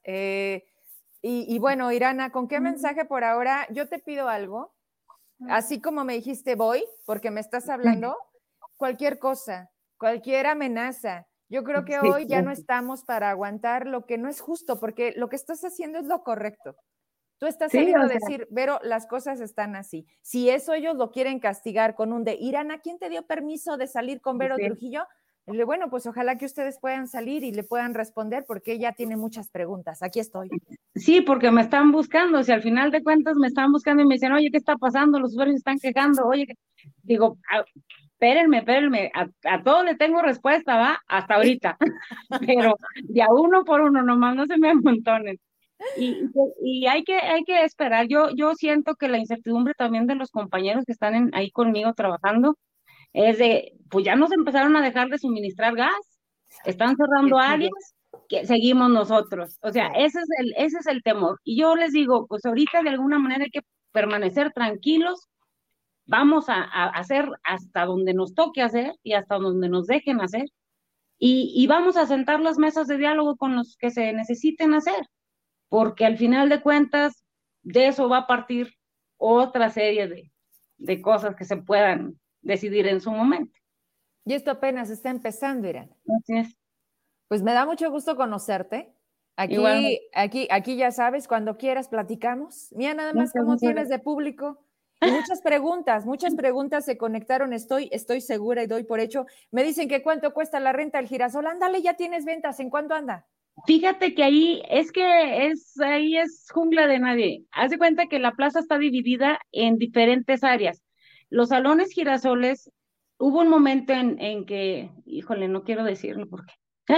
Y bueno, Irana, ¿con qué mensaje por ahora? Yo te pido algo, así como me dijiste voy, porque me estás hablando, cualquier cosa, cualquier amenaza. Yo creo que Sí, hoy ya no estamos para aguantar lo que no es justo, porque lo que estás haciendo es lo correcto. Tú estás sí, saliendo o a sea, decir, Vero, las cosas están así. Si eso ellos lo quieren castigar con un de Irán, ¿a quién te dio permiso de salir con Vero sí, Trujillo? Bueno, pues ojalá que ustedes puedan salir y le puedan responder porque ella tiene muchas preguntas. Aquí estoy. Sí, porque me están buscando, si al final de cuentas me están buscando y me dicen, oye, ¿qué está pasando? Los usuarios se están quejando, oye, digo, espérenme, a todo le tengo respuesta, ¿va? Hasta ahorita, pero de a uno por uno, nomás no se me amontonen. Y hay que esperar. Yo siento que la incertidumbre también de los compañeros que están ahí conmigo trabajando es de, pues ya nos empezaron a dejar de suministrar gas, están cerrando áreas, que seguimos nosotros. O sea, ese es el temor. Y yo les digo, pues ahorita de alguna manera hay que permanecer tranquilos, vamos a hacer hasta donde nos toque hacer y hasta donde nos dejen hacer, y vamos a sentar las mesas de diálogo con los que se necesiten hacer, porque al final de cuentas de eso va a partir otra serie de cosas que se puedan decidir en su momento. Y esto apenas está empezando, Irán. Así es. Pues me da mucho gusto conocerte. Aquí ya sabes, cuando quieras platicamos. Mira nada más cómo tienes de público. Y muchas preguntas se conectaron, estoy segura y doy por hecho. Me dicen que cuánto cuesta la renta del girasol. Ándale, ya tienes ventas, ¿en cuánto anda? Fíjate que ahí es jungla de nadie. Haz de cuenta que la plaza está dividida en diferentes áreas. Los salones girasoles, hubo un momento en que, híjole, no quiero decirlo porque,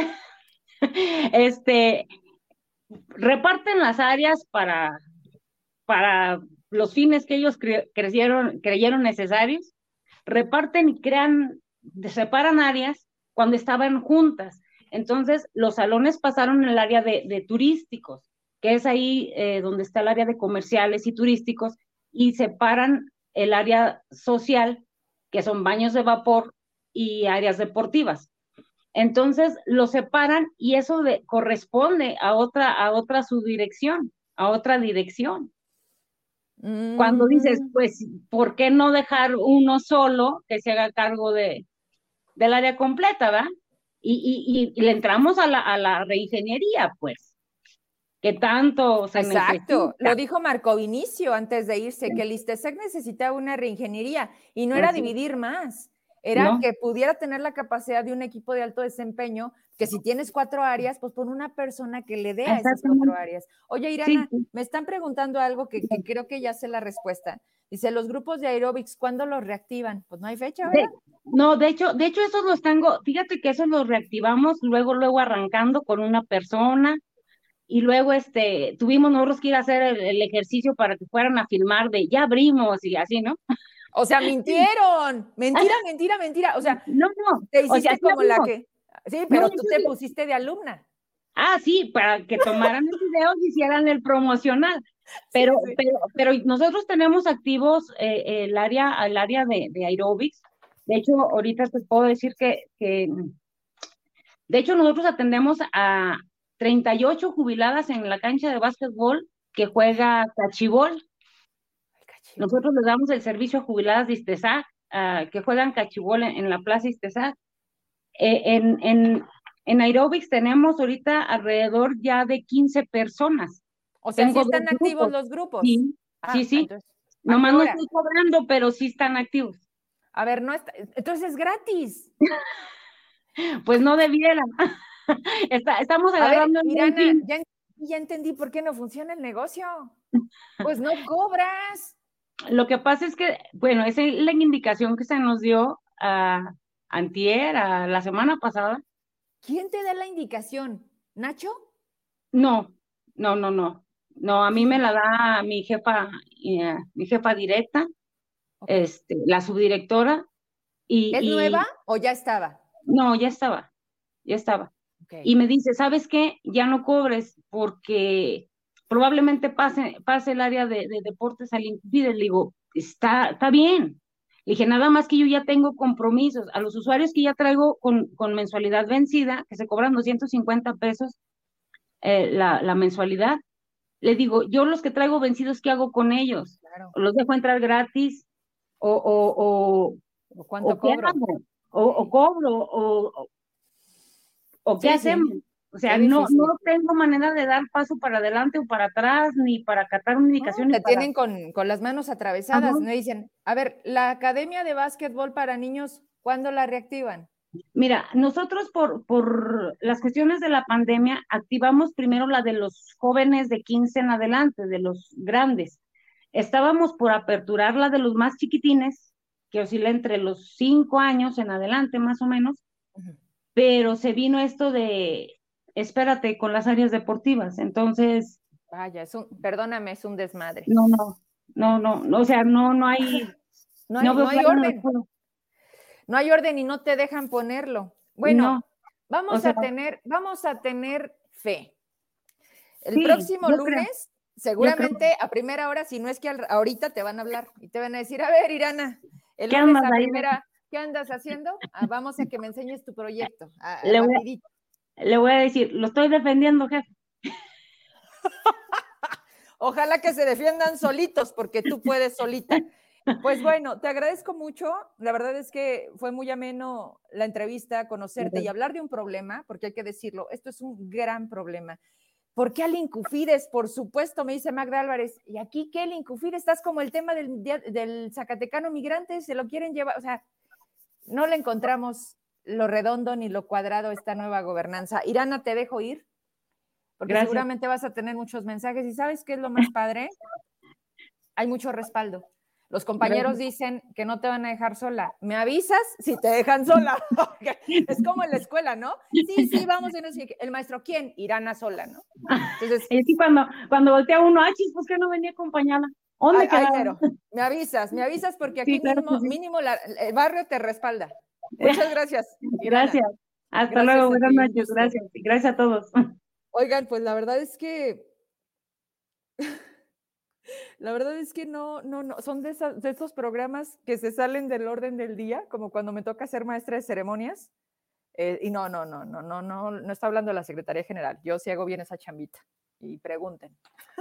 reparten las áreas para los fines que ellos creyeron necesarios, reparten y separan áreas cuando estaban juntas. Entonces, los salones pasaron en el área de turísticos, que es ahí donde está el área de comerciales y turísticos, y separan el área social, que son baños de vapor y áreas deportivas. Entonces, lo separan y eso corresponde a otra subdirección, a otra dirección. Cuando dices, pues, ¿por qué no dejar uno solo que se haga cargo del área completa, ¿va? Y le entramos a la reingeniería, pues, que tanto se necesita. Exacto, lo dijo Marco Vinicio antes de irse, que el ISTESEC necesitaba una reingeniería y no era dividir más, era que pudiera tener la capacidad de un equipo de alto desempeño, que si tienes 4 áreas, pues pon una persona que le dé a esas 4 áreas. Oye, Irana, me están preguntando algo que creo que ya sé la respuesta. Dice, los grupos de aeróbics, ¿cuándo los reactivan? Pues no hay fecha, ¿verdad? De hecho, esos los tengo, fíjate que esos los reactivamos luego arrancando con una persona, y luego tuvimos nosotros que ir a hacer el ejercicio para que fueran a filmar de ya abrimos y así, ¿no? O sea, mintieron. Mentira. O sea, no. Te hiciste, o sea, como abrimos. la que. Sí, pero tú te pusiste de alumna. Ah, sí, para que tomaran el video y hicieran el promocional. Pero nosotros tenemos activos el área de aeróbics. De hecho, ahorita te puedo decir que de hecho, nosotros atendemos a 38 jubiladas en la cancha de básquetbol que juega cachibol. Nosotros les damos el servicio a jubiladas de ISTESAC que juegan cachibol en la plaza ISTESAC. En aeróbics tenemos ahorita alrededor ya de 15 personas. O sea, ¿sí están activos los grupos? Sí, sí. Entonces, nomás no estoy cobrando, pero sí están activos. A ver, no está, entonces es gratis. Pues no debiera. Estamos agarrando. A ver, Irana, ya entendí por qué no funciona el negocio. Pues no cobras. Lo que pasa es que, bueno, esa es la indicación que se nos dio a la semana pasada. ¿Quién te da la indicación? ¿Nacho? No, a mí me la da mi jefa directa, la subdirectora. ¿Es nueva o ya estaba? No, ya estaba. Okay. Y me dice, ¿sabes qué? Ya no cobres porque probablemente pase el área de deportes al INCUFIDE. Le digo, está bien. Le dije, nada más que yo ya tengo compromisos. A los usuarios que ya traigo con mensualidad vencida, que se cobran 250 pesos la mensualidad, le digo, yo los que traigo vencidos, ¿qué hago con ellos? Claro. ¿Los dejo entrar gratis? ¿O cuánto cobro? ¿O cobro? ¿O qué hacemos? O sea, no tengo manera de dar paso para adelante o para atrás, ni para acatar una indicación. Te tienen con las manos atravesadas. Me dicen, a ver, la academia de básquetbol para niños, ¿cuándo la reactivan? Mira, nosotros por las cuestiones de la pandemia activamos primero la de los jóvenes de 15 en adelante, de los grandes. Estábamos por aperturar la de los más chiquitines, que oscila entre los 5 años en adelante, más o menos, Ujú. pero se vino esto de, espérate, con las áreas deportivas. Entonces, Vaya, perdóname, es un desmadre. no, o sea, no hay, No no hay, no veo hay claro en el orden, juego. no hay orden y no te dejan ponerlo. No, Bueno, o sea, vamos a tener fe. El sí, próximo lunes, yo creo. seguramente a primera hora, si no es que ahorita te van a hablar y te van a decir, a ver, Irana, el ¿Qué lunes andas a ahí? primera, ¿qué andas haciendo? Ah, vamos a que me enseñes tu proyecto, Le voy rapidito. le voy a decir, lo estoy defendiendo, jefe. Ojalá que se defiendan solitos, porque tú puedes solita. Pues bueno, te agradezco mucho. La verdad es que fue muy ameno la entrevista, conocerte y hablar de un problema, porque hay que decirlo, esto es un gran problema. ¿Por qué al Incufides? Por supuesto, me dice Magda Álvarez. ¿Y aquí qué, el Incufides? Estás como el tema del Zacatecano migrante, se lo quieren llevar. O sea, no le encontramos lo redondo ni lo cuadrado a esta nueva gobernanza. Irana, te dejo ir, porque Gracias. seguramente vas a tener muchos mensajes. ¿Y sabes qué es lo más padre? Hay mucho respaldo. Los compañeros Gracias. dicen que no te van a dejar sola. ¿Me avisas si te dejan sola? Es como en la escuela, ¿no? Sí, sí, vamos. El maestro, ¿quién? Irana sola, ¿no? Entonces, Y así cuando voltea uno, ay, chis, ¿por qué no venía acompañada? ¿Dónde ay, quedaba? mero, me avisas porque Sí, aquí claro que mínimo, sí. mínimo el barrio te respalda. Muchas gracias, Irana. Gracias. Hasta luego. Gracias a Buenas ti, un noches. gusto. Gracias. Y gracias a todos. Oigan, pues la verdad es que no, son de esos programas que se salen del orden del día, como cuando me toca ser maestra de ceremonias. Y no está hablando de la Secretaría General. Yo sí hago bien esa chambita. Y pregunten.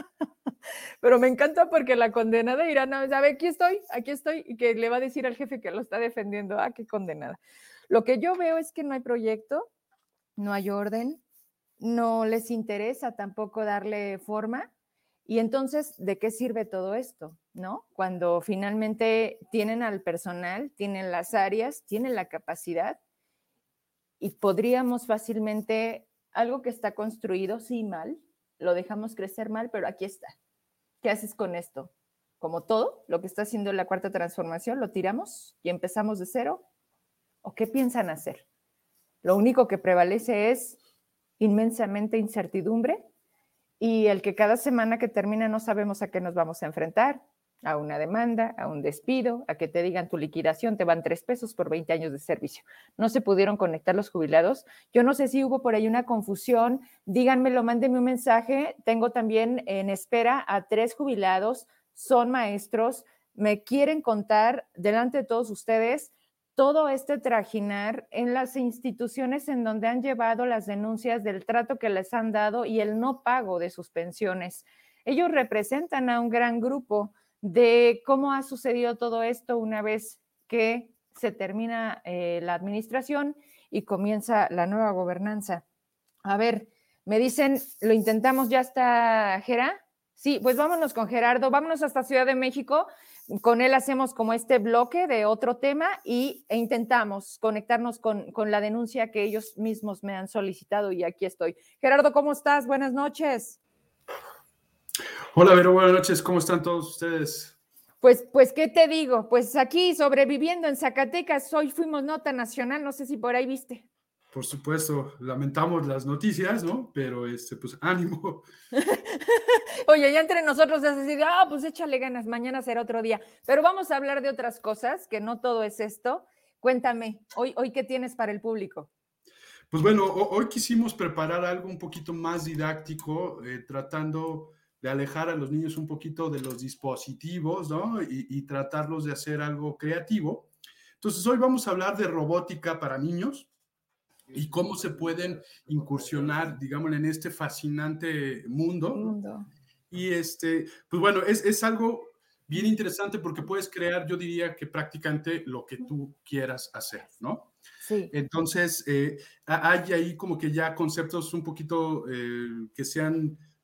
Pero me encanta porque la condenada Irana, ¿sabe? Aquí estoy, y que le va a decir al jefe que lo está defendiendo. Ah, qué condenada. Lo que yo veo es que no hay proyecto, no hay orden, no les interesa tampoco darle forma. Y entonces, ¿de qué sirve todo esto? ¿No? Cuando finalmente tienen al personal, tienen las áreas, tienen la capacidad y podríamos fácilmente, algo que está construido, sí, mal, lo dejamos crecer mal, pero aquí está. ¿Qué haces con esto? Como todo, lo que está haciendo la cuarta transformación, lo tiramos y empezamos de cero. ¿O qué piensan hacer? Lo único que prevalece es inmensamente incertidumbre y el que cada semana que termina no sabemos a qué nos vamos a enfrentar, a una demanda, a un despido, a que te digan tu liquidación, te van 3 pesos por 20 años de servicio. No se pudieron conectar los jubilados. Yo no sé si hubo por ahí una confusión. Díganmelo, mándenme un mensaje. Tengo también en espera a 3 jubilados, son maestros, me quieren contar delante de todos ustedes todo este trajinar en las instituciones en donde han llevado las denuncias del trato que les han dado y el no pago de sus pensiones. Ellos representan a un gran grupo de cómo ha sucedido todo esto una vez que se termina la administración y comienza la nueva gobernanza. A ver, me dicen, lo intentamos, ya está Gera. Sí, pues vámonos con Gerardo, vámonos hasta Ciudad de México. Con él hacemos como este bloque de otro tema e intentamos conectarnos con la denuncia que ellos mismos me han solicitado y aquí estoy. Gerardo, ¿cómo estás? Buenas noches. Hola, Vero, buenas noches. ¿Cómo están todos ustedes? Pues, ¿qué te digo? Pues aquí sobreviviendo en Zacatecas, hoy fuimos nota nacional, no sé si por ahí viste. Por supuesto, lamentamos las noticias, ¿no? Pero pues ánimo. Oye, ya entre nosotros es decir, pues échale ganas, mañana será otro día. Pero vamos a hablar de otras cosas, que no todo es esto. Cuéntame, hoy ¿qué tienes para el público? Pues bueno, hoy quisimos preparar algo un poquito más didáctico, tratando de alejar a los niños un poquito de los dispositivos, ¿no? Y tratarlos de hacer algo creativo. Entonces, hoy vamos a hablar de robótica para niños y cómo se pueden incursionar, digamos, en este fascinante mundo. Y pues bueno, es algo bien interesante porque puedes crear, yo diría que prácticamente lo que tú quieras hacer, ¿no? Sí. Entonces, hay ahí como que ya conceptos un poquito que sean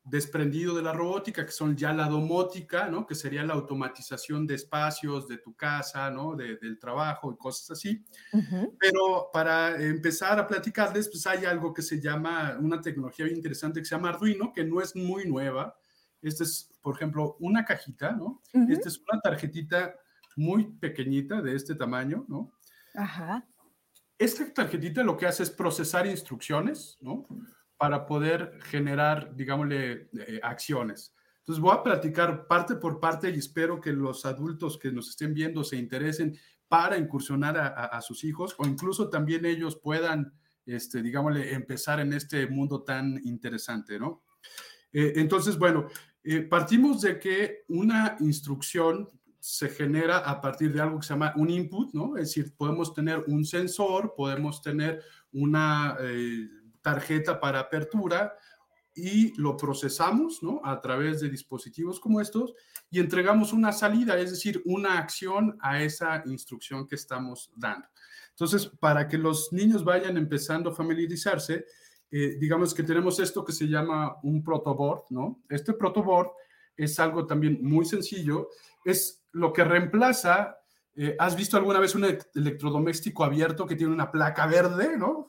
desprendido de la robótica, que son ya la domótica, ¿no? Que sería la automatización de espacios de tu casa, ¿no? Del trabajo y cosas así. Pero para empezar a platicarles, pues hay algo que se llama, una tecnología bien interesante que se llama Arduino, que no es muy nueva. Esta es, por ejemplo, una cajita, ¿no? Esta es una tarjetita muy pequeñita de este tamaño, ¿no? Ajá. Esta tarjetita lo que hace es procesar instrucciones, ¿no? Para poder generar, digámosle, acciones. Entonces voy a platicar parte por parte y espero que los adultos que nos estén viendo se interesen para incursionar a sus hijos o incluso también ellos puedan, digámosle, empezar en este mundo tan interesante, ¿no? Entonces, bueno, partimos de que una instrucción se genera a partir de algo que se llama un input, ¿no? Es decir, podemos tener un sensor, podemos tener una tarjeta para apertura y lo procesamos, ¿no? A través de dispositivos como estos y entregamos una salida, es decir, una acción a esa instrucción que estamos dando. Entonces, para que los niños vayan empezando a familiarizarse, digamos que tenemos esto que se llama un protoboard, ¿no? Este protoboard es algo también muy sencillo, es lo que reemplaza, ¿has visto alguna vez un electrodoméstico abierto que tiene una placa verde, ¿no?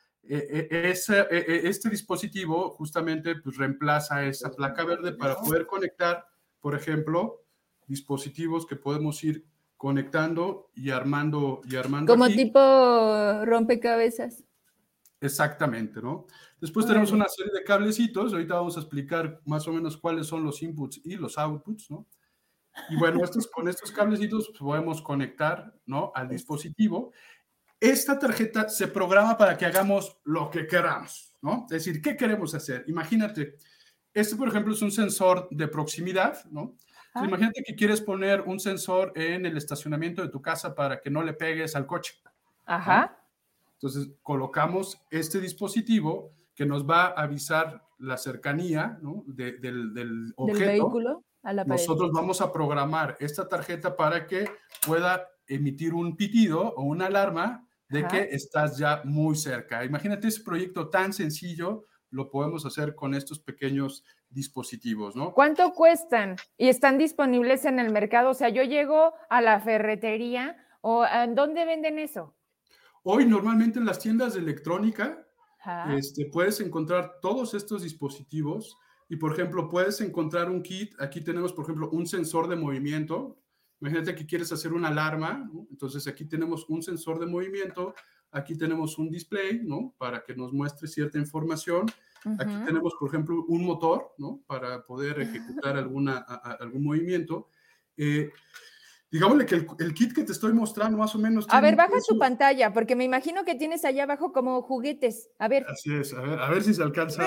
Este dispositivo justamente pues, reemplaza esa placa verde para poder conectar, por ejemplo, dispositivos que podemos ir conectando y armando Como aquí. tipo rompecabezas. Exactamente, ¿no? Después tenemos una serie de cablecitos, ahorita vamos a explicar más o menos cuáles son los inputs y los outputs, ¿no? Y bueno, con estos cablecitos pues, podemos conectar, ¿no? Al dispositivo. Esta tarjeta se programa para que hagamos lo que queramos, ¿no? Es decir, ¿qué queremos hacer? Imagínate, por ejemplo, es un sensor de proximidad, ¿no? Entonces, imagínate que quieres poner un sensor en el estacionamiento de tu casa para que no le pegues al coche. Ajá. ¿No? Entonces, colocamos este dispositivo que nos va a avisar la cercanía, ¿no? del objeto. Del vehículo a la pared. Nosotros vamos a programar esta tarjeta para que pueda emitir un pitido o una alarma de que estás ya muy cerca. Imagínate ese proyecto tan sencillo, lo podemos hacer con estos pequeños dispositivos, ¿no? ¿Cuánto cuestan? ¿Y están disponibles en el mercado? O sea, yo llego a la ferretería o ¿en dónde venden eso? Hoy normalmente en las tiendas de electrónica puedes encontrar todos estos dispositivos y, por ejemplo, puedes encontrar un kit. Aquí tenemos, por ejemplo, un sensor de movimiento. Imagínate que quieres hacer una alarma, ¿no? Entonces aquí tenemos un sensor de movimiento, aquí tenemos un display, ¿no? Para que nos muestre cierta información. Aquí tenemos, por ejemplo, un motor, ¿no? Para poder ejecutar algún movimiento. Digámosle que el kit que te estoy mostrando más o menos... A ver, baja tu pantalla, porque me imagino que tienes allá abajo como juguetes. A ver. Así es, a ver si se alcanza.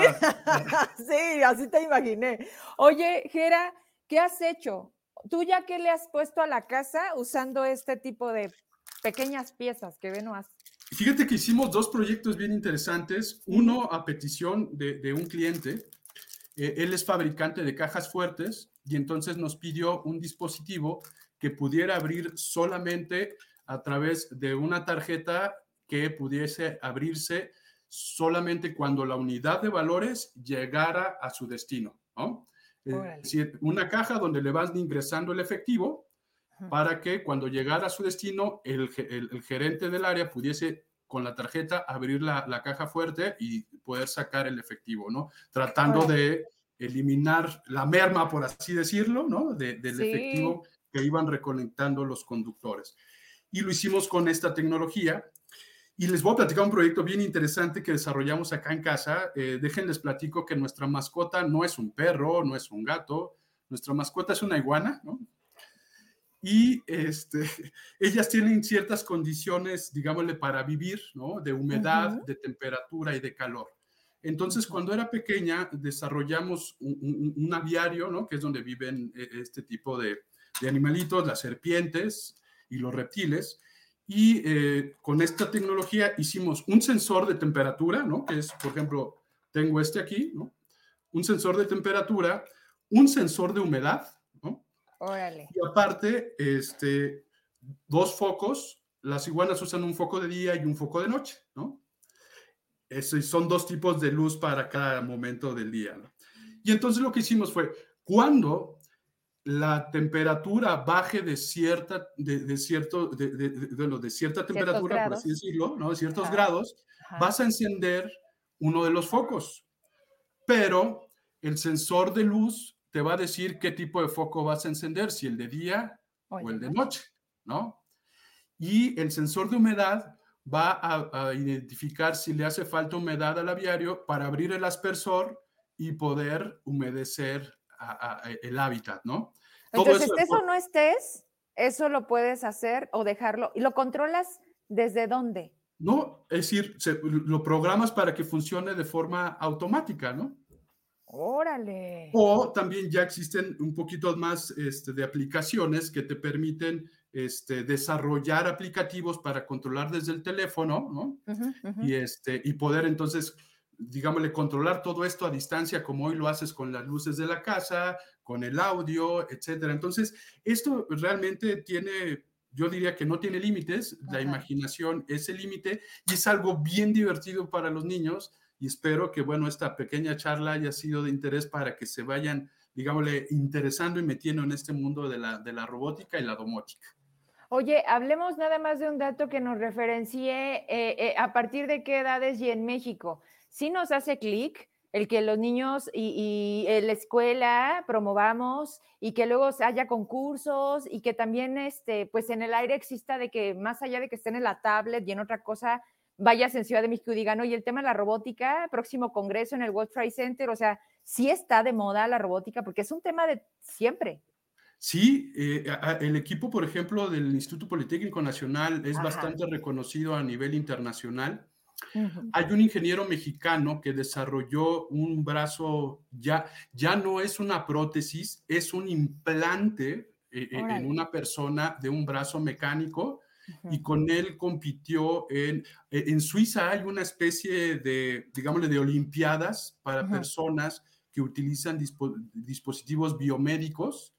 Sí, así te imaginé. Oye, Gera, ¿qué has hecho? ¿Tú ya qué le has puesto a la casa usando este tipo de pequeñas piezas que ven o has? Fíjate que hicimos dos proyectos bien interesantes. Uno a petición de un cliente. Él es fabricante de cajas fuertes y entonces nos pidió un dispositivo que pudiera abrir solamente a través de una tarjeta que pudiese abrirse solamente cuando la unidad de valores llegara a su destino, ¿no? Es decir, una caja donde le vas ingresando el efectivo para que cuando llegara a su destino el gerente del área pudiese con la tarjeta abrir la caja fuerte y poder sacar el efectivo, ¿no? Tratando de eliminar la merma, por así decirlo, ¿no? Del efectivo que iban recolectando los conductores. Y lo hicimos con esta tecnología. Y les voy a platicar un proyecto bien interesante que desarrollamos acá en casa. Déjenles platico que nuestra mascota no es un perro, no es un gato. Nuestra mascota es una iguana, ¿no? Y ellas tienen ciertas condiciones, digámosle, para vivir, ¿no? De humedad, de temperatura y de calor. Entonces, cuando era pequeña, desarrollamos un aviario, ¿no? Que es donde viven este tipo de animalitos, las serpientes y los reptiles. Y con esta tecnología hicimos un sensor de temperatura, ¿no? Que es, por ejemplo, tengo aquí, ¿no? Un sensor de temperatura, un sensor de humedad, ¿no? Órale. Y aparte, dos focos. Las iguanas usan un foco de día y un foco de noche, ¿no? Son dos tipos de luz para cada momento del día, ¿no? Y entonces lo que hicimos fue, cuando la temperatura baje de cierta, de cierta temperatura, por así grados. decirlo, ¿no? De ciertos Ajá, grados, ajá. vas a encender uno de los focos, pero el sensor de luz te va a decir qué tipo de foco vas a encender, si el de día o el de noche, ¿no? Y el sensor de humedad va a identificar si le hace falta humedad al aviario para abrir el aspersor y poder humedecer el hábitat, ¿no? Todo Entonces, eso estés o no estés, eso lo puedes hacer o dejarlo. ¿Y lo controlas desde dónde? no, es decir, lo programas para que funcione de forma automática, ¿no? Órale. O también ya existen un poquito más de aplicaciones que te permiten desarrollar aplicativos para controlar desde el teléfono, ¿no? Ujú, ujú. Y poder entonces, digámosle, controlar todo esto a distancia, como hoy lo haces con las luces de la casa, con el audio, etcétera. Entonces, esto realmente tiene, yo diría que no tiene límites, la Ajá. imaginación es el límite y es algo bien divertido para los niños y espero que, bueno, esta pequeña charla haya sido de interés para que se vayan, digámosle, interesando y metiendo en este mundo de la robótica y la domótica. Oye, hablemos nada más de un dato que nos referencie a partir de qué edades y en México. Sí nos hace clic el que los niños y en la escuela promovamos y que luego haya concursos y que también pues en el aire exista de que más allá de que estén en la tablet y en otra cosa, vayas en Ciudad de México y digan, oye, el tema de la robótica, próximo congreso en el World Trade Center, o sea, sí está de moda la robótica porque es un tema de siempre. Sí, el equipo, por ejemplo, del Instituto Politécnico Nacional es Ajá. bastante reconocido a nivel internacional. Ujú. Hay un ingeniero mexicano que desarrolló un brazo, ya no es una prótesis, es un implante en Órale. una persona de un brazo mecánico y Ujú. con él compitió en Suiza hay una especie de, digámosle, de olimpiadas para Ujú. personas que utilizan dispositivos biomédicos.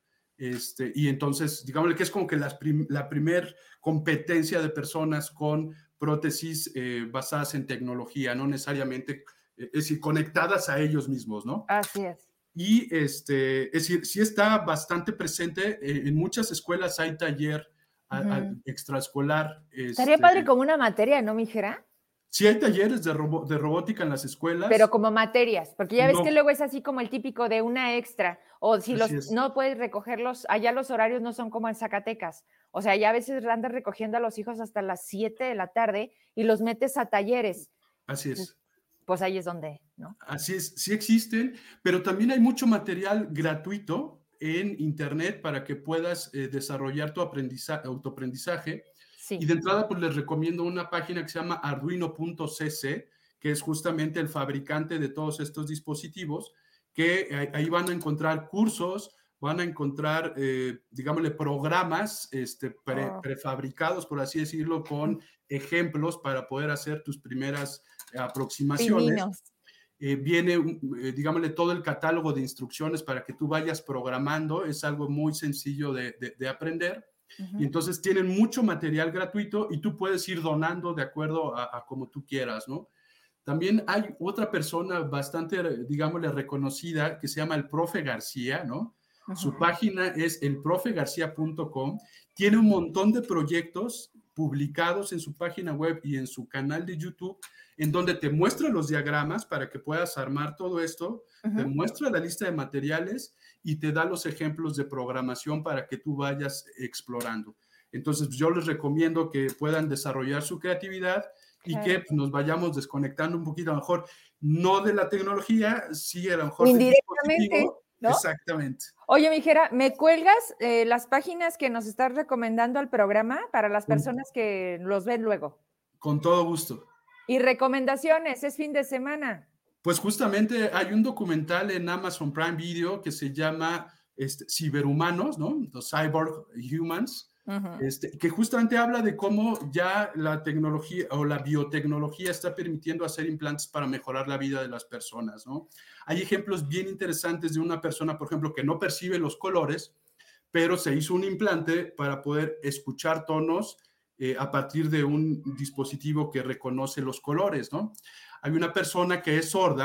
Y entonces, digámosle que es como que la primer competencia de personas con prótesis basadas en tecnología, no necesariamente, es decir, conectadas a ellos mismos, ¿no? Así es. Y es decir, sí está bastante presente, en muchas escuelas hay taller Ujú. extraescolar, Estaría padre como una materia, ¿no, mijera? sí hay talleres de robótica en las Pero escuelas, como materias, porque ya ves que no, luego es así como el típico de una extra, o si así los es, no puedes recogerlos, allá los horarios no son como en Zacatecas. O sea, ya a veces andas recogiendo a los hijos hasta las 7 de la tarde y los metes a talleres. así Pues es. pues ahí es donde, ¿no? Así es, sí existen, pero también hay mucho material gratuito en Internet para que puedas desarrollar tu autoaprendizaje. Y Sí. de entrada, pues les recomiendo una página que se llama arduino.cc, que es justamente el fabricante de todos estos dispositivos, que ahí van a encontrar cursos, van a encontrar, digámosle, programas Oh, prefabricados, por así decirlo, mm, con ejemplos para poder hacer tus primeras aproximaciones. pininos. Viene, digámosle, todo el catálogo de instrucciones para que tú vayas programando. Es algo muy sencillo de aprender. Y Ujú. entonces tienen mucho material gratuito y tú puedes ir donando de acuerdo a como tú quieras, ¿no? También hay otra persona bastante, digámosle, reconocida que se llama el Profe García, ¿no? Su Ujú. página es elprofegarcia.com. Tiene un montón de proyectos publicados en su página web y en su canal de YouTube, en donde te muestra los diagramas para que puedas armar todo esto, te Ujú. muestra la lista de materiales y te da los ejemplos de programación para que tú vayas explorando. Entonces, yo les recomiendo que puedan desarrollar su creatividad y que Claro. pues, nos vayamos desconectando un poquito, a lo mejor no de la tecnología, sí a lo mejor del Indirectamente, dispositivo. ¿no? Exactamente. Oye, mijera, ¿me cuelgas las páginas que nos estás recomendando al programa para las Con, personas que los ven luego? con todo gusto. Y recomendaciones, es fin de semana. Pues justamente hay un documental en Amazon Prime Video que se llama Ciberhumanos, ¿no? Los Cyborg Humans, Ujú. que justamente habla de cómo ya la tecnología o la biotecnología está permitiendo hacer implantes para mejorar la vida de las personas, ¿no? Hay ejemplos bien interesantes de una persona, por ejemplo, que no percibe los colores, pero se hizo un implante para poder escuchar tonos a partir de un dispositivo que reconoce los colores, ¿no? Hay una persona que es sorda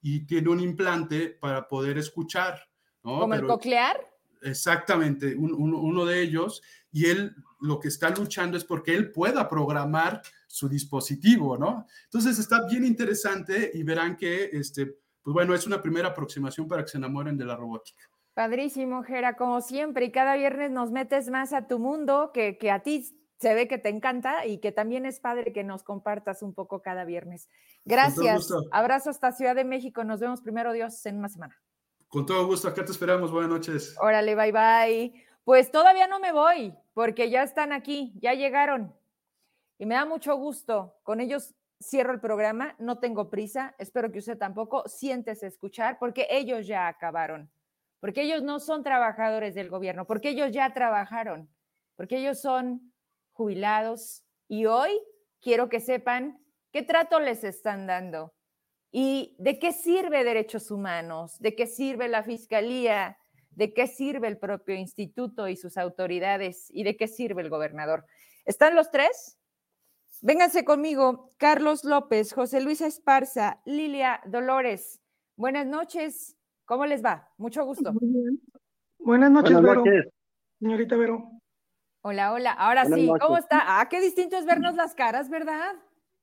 y tiene un implante para poder escuchar, ¿no? ¿Como el coclear? Exactamente, uno de ellos, y él lo que está luchando es porque él pueda programar su dispositivo, ¿no? Entonces está bien interesante y verán que, pues bueno, es una primera aproximación para que se enamoren de la robótica. Padrísimo, Jera, como siempre, y cada viernes nos metes más a tu mundo, que a ti se ve que te encanta y que también es padre que nos compartas un poco cada viernes. Gracias, abrazo hasta Ciudad de México, nos vemos primero Dios en una semana. Con todo gusto, acá te esperamos, buenas noches. Órale, bye bye. Pues todavía no me voy, porque ya están aquí, ya llegaron, y me da mucho gusto, con ellos cierro el programa, no tengo prisa, espero que usted tampoco, siéntese a escuchar, porque ellos ya acabaron. Porque ellos no son trabajadores del gobierno, porque ellos ya trabajaron, porque ellos son jubilados y hoy quiero que sepan qué trato les están dando y de qué sirve Derechos Humanos, de qué sirve la Fiscalía, de qué sirve el propio instituto y sus autoridades y de qué sirve el gobernador. ¿Están los tres? Vénganse conmigo, Carlos López, José Luis Esparza, Lilia Dolores. Buenas noches. ¿Cómo les va? Mucho gusto. Muy bien. Buenas noches, Vero. Señorita Vero. Hola, hola. Ahora sí, ¿cómo está? Ah, qué distinto es vernos las caras, ¿verdad?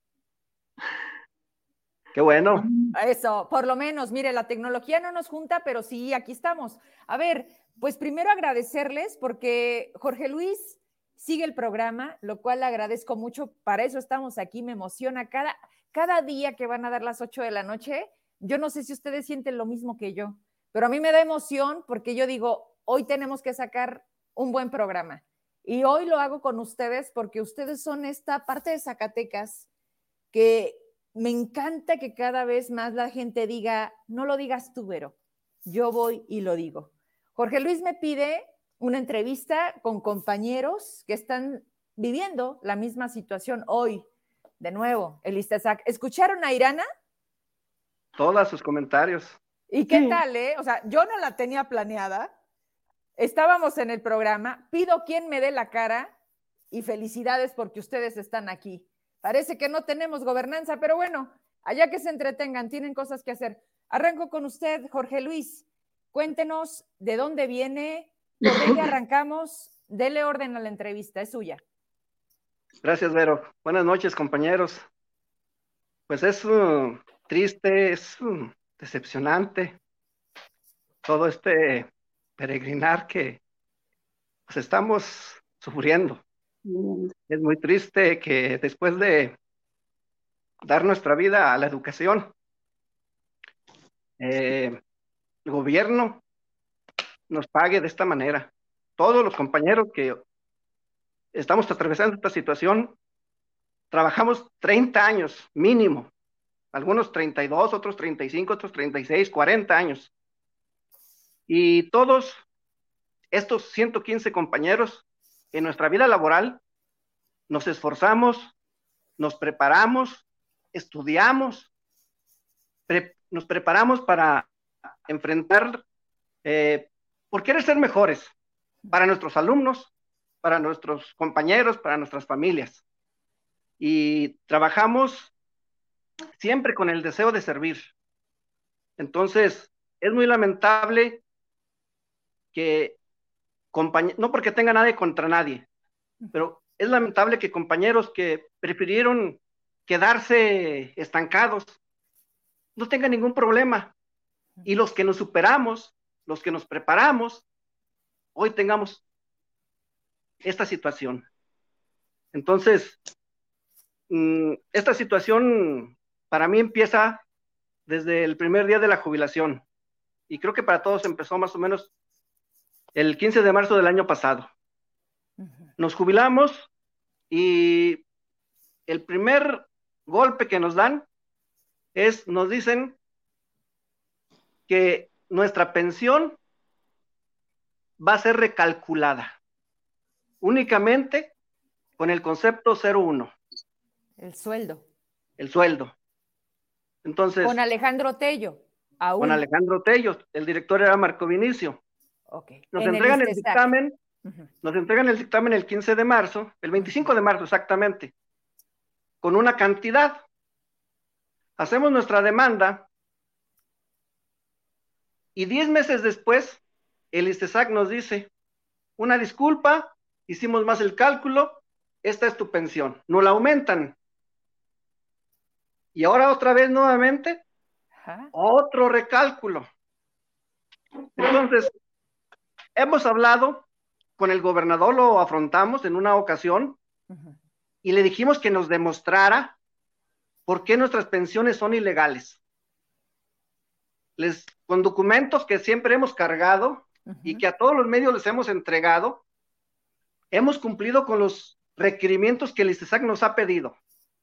Qué bueno. Eso, por lo menos, mire, la tecnología no nos junta, pero sí, aquí estamos. A ver, pues primero agradecerles porque Jorge Luis sigue el programa, lo cual le agradezco mucho. Para eso estamos aquí, me emociona cada día que van a dar las 8 de la noche. Yo no sé si ustedes sienten lo mismo que yo, pero a mí me da emoción porque yo digo, hoy tenemos que sacar un buen programa. Y hoy lo hago con ustedes porque ustedes son esta parte de Zacatecas que me encanta que cada vez más la gente diga, no lo digas tú, Vero, yo voy y lo digo. Jorge Luis me pide una entrevista con compañeros que están viviendo la misma situación hoy. De nuevo, el Istazac. ¿Escucharon a Irana? Todos sus comentarios. ¿Y qué tal, O sea, yo no la tenía planeada. Estábamos en el programa. Pido quien me dé la cara y felicidades porque ustedes están aquí. Parece que no tenemos gobernanza, pero bueno, allá que se entretengan, tienen cosas que hacer. Arranco con usted, Jorge Luis. Cuéntenos de dónde viene, por dónde arrancamos. Dele orden a la entrevista, es suya. Gracias, Vero. Buenas noches, compañeros. Pues es triste, es decepcionante todo este peregrinar que pues, estamos sufriendo. Es muy triste que después de dar nuestra vida a la educación, el gobierno nos pague de esta manera. Todos los compañeros que estamos atravesando esta situación, trabajamos 30 años mínimo, algunos 32, otros 35, otros 36, 40 años. Y todos estos 115 compañeros en nuestra vida laboral nos esforzamos, nos preparamos, estudiamos, nos preparamos para enfrentar, por querer ser mejores para nuestros alumnos, para nuestros compañeros, para nuestras familias. Y trabajamos siempre con el deseo de servir. Entonces, es muy lamentable que, no porque tenga nadie contra nadie, pero es lamentable que compañeros que prefirieron quedarse estancados no tengan ningún problema. Y los que nos superamos, los que nos preparamos, hoy tengamos esta situación. Entonces, esta situación para mí empieza desde el primer día de la jubilación. Y creo que para todos empezó más o menos el 15 de marzo del año pasado. Nos jubilamos y el primer golpe que nos dan nos dicen que nuestra pensión va a ser recalculada únicamente con el concepto 01. El sueldo. El sueldo. Entonces. Con Alejandro Tello. Aún. Con Alejandro Tello. El director era Marco Vinicio. Okay. Nos entregan el dictamen. Nos entregan el dictamen el 15 de marzo, el 25 de marzo exactamente, con una cantidad. Hacemos nuestra demanda Y 10 meses después, el ISTESAC nos dice, una disculpa, hicimos más el cálculo, esta es tu pensión, no la aumentan. Y ahora otra vez nuevamente, otro recálculo. Entonces, hemos hablado con el gobernador, lo afrontamos en una ocasión, y le dijimos que nos demostrara por qué nuestras pensiones son ilegales. Con documentos que siempre hemos cargado y que a todos los medios les hemos entregado, hemos cumplido con los requerimientos que el ISTESAC nos ha pedido.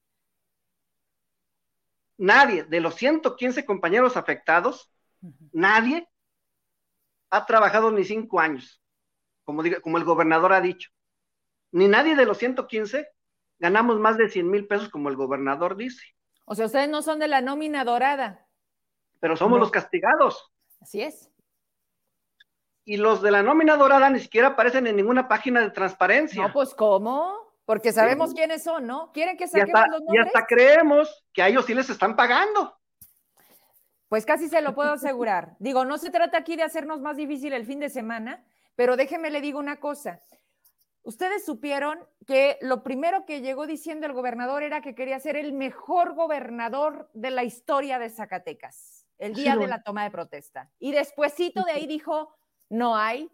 Nadie de los 115 compañeros afectados, nadie ha trabajado ni 5 años, como el gobernador ha dicho. Ni nadie de los 115 ganamos más de 100,000 pesos, como el gobernador dice. O sea, ustedes no son de la nómina dorada. Pero somos los castigados. Así es. Y los de la nómina dorada ni siquiera aparecen en ninguna página de transparencia. No, pues ¿cómo? Porque sabemos quiénes son, ¿no? ¿Quieren que saquemos los nombres? Y hasta creemos que a ellos sí les están pagando. Pues casi se lo puedo asegurar. Digo, no se trata aquí de hacernos más difícil el fin de semana, pero déjeme le digo una cosa. Ustedes supieron que lo primero que llegó diciendo el gobernador era que quería ser el mejor gobernador de la historia de Zacatecas, el día de la toma de protesta. Y despuesito de ahí dijo, no hay.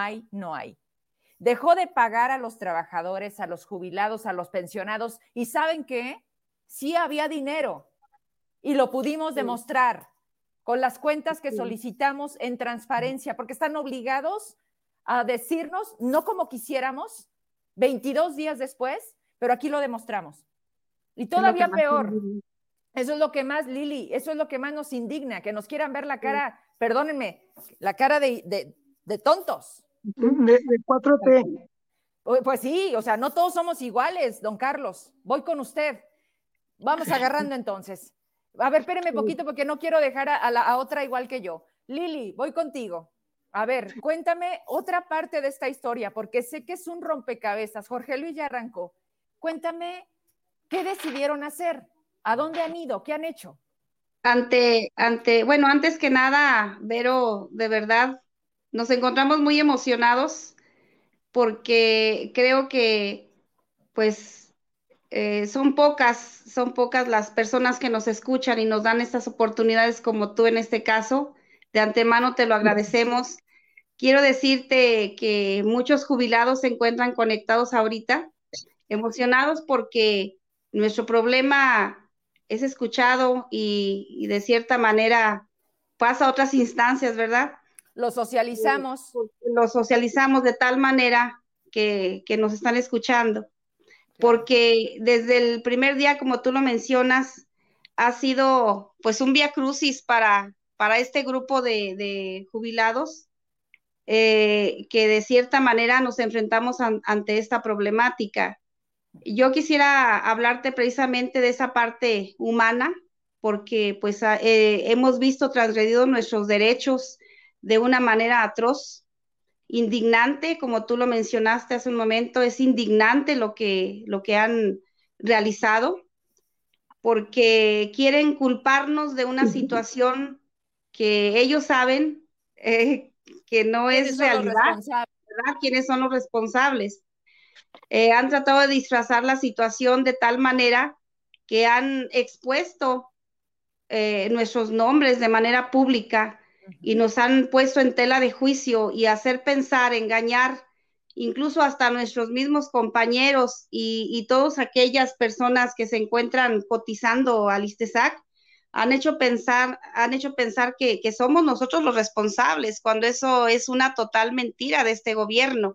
Dejó de pagar a los trabajadores, a los jubilados, a los pensionados. ¿Y saben qué? Sí había dinero y lo pudimos demostrar con las cuentas que solicitamos en transparencia, porque están obligados a decirnos, no como quisiéramos, 22 días después, pero aquí lo demostramos. Y todavía peor, eso es lo que más, Lili, eso es lo que más nos indigna, que nos quieran ver la cara, perdónenme, la cara de tontos. De 4T. Pues sí, o sea, no todos somos iguales, don Carlos. Voy con usted. Vamos agarrando entonces. A ver, espéreme poquito porque no quiero dejar a otra igual que yo. Lili, voy contigo. A ver, cuéntame otra parte de esta historia, porque sé que es un rompecabezas. Jorge Luis ya arrancó. Cuéntame, ¿qué decidieron hacer? ¿A dónde han ido? ¿Qué han hecho? Bueno, antes que nada, Vero, de verdad, nos encontramos muy emocionados porque creo que, pues, son pocas las personas que nos escuchan y nos dan estas oportunidades como tú en este caso. De antemano te lo agradecemos. Quiero decirte que muchos jubilados se encuentran conectados ahorita, emocionados porque nuestro problema es escuchado y de cierta manera pasa a otras instancias, ¿verdad? Lo socializamos. Lo socializamos de tal manera que nos están escuchando. Porque desde el primer día, como tú lo mencionas, ha sido pues un vía crucis para este grupo de jubilados, que de cierta manera nos enfrentamos ante esta problemática. Yo quisiera hablarte precisamente de esa parte humana, porque pues hemos visto transgredidos nuestros derechos de una manera atroz, indignante, como tú lo mencionaste hace un momento. Es indignante lo que han realizado, porque quieren culparnos de una situación que ellos saben que no es realidad, ¿verdad? ¿Quiénes son los responsables? Han tratado de disfrazar la situación de tal manera que han expuesto nuestros nombres de manera pública y nos han puesto en tela de juicio y hacer pensar, engañar incluso hasta nuestros mismos compañeros y todas aquellas personas que se encuentran cotizando al ISTESAC. Han hecho pensar que somos nosotros los responsables, cuando eso es una total mentira de este gobierno.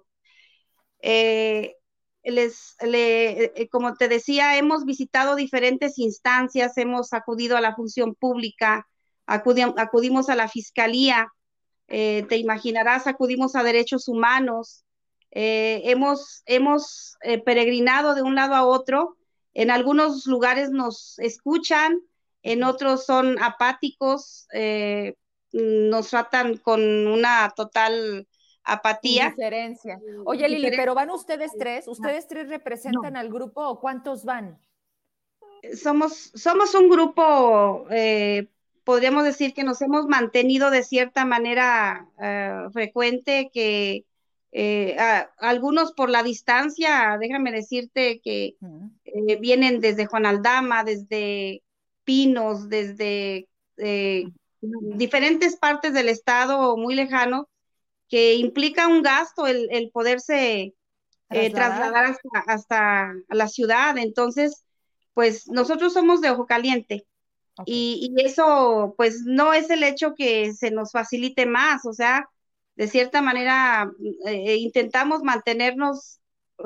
Como te decía, hemos visitado diferentes instancias, hemos acudido a la función pública, acudimos a la fiscalía, te imaginarás, acudimos a derechos humanos, hemos peregrinado de un lado a otro. En algunos lugares nos escuchan, en otros son apáticos, nos tratan con una total apatía. Indiferencia. Oye, Lili, pero ¿van ustedes tres? ¿Ustedes tres representan al grupo o cuántos van? Somos un grupo podríamos decir que nos hemos mantenido de cierta manera frecuente, que algunos por la distancia, déjame decirte que vienen desde Juan Aldama, desde Pinos, desde diferentes partes del estado muy lejano, que implica un gasto el poderse trasladar hasta la ciudad. Entonces, pues nosotros somos de Ojo Caliente. Okay. Y eso, pues, no es el hecho que se nos facilite más, o sea, de cierta manera intentamos mantenernos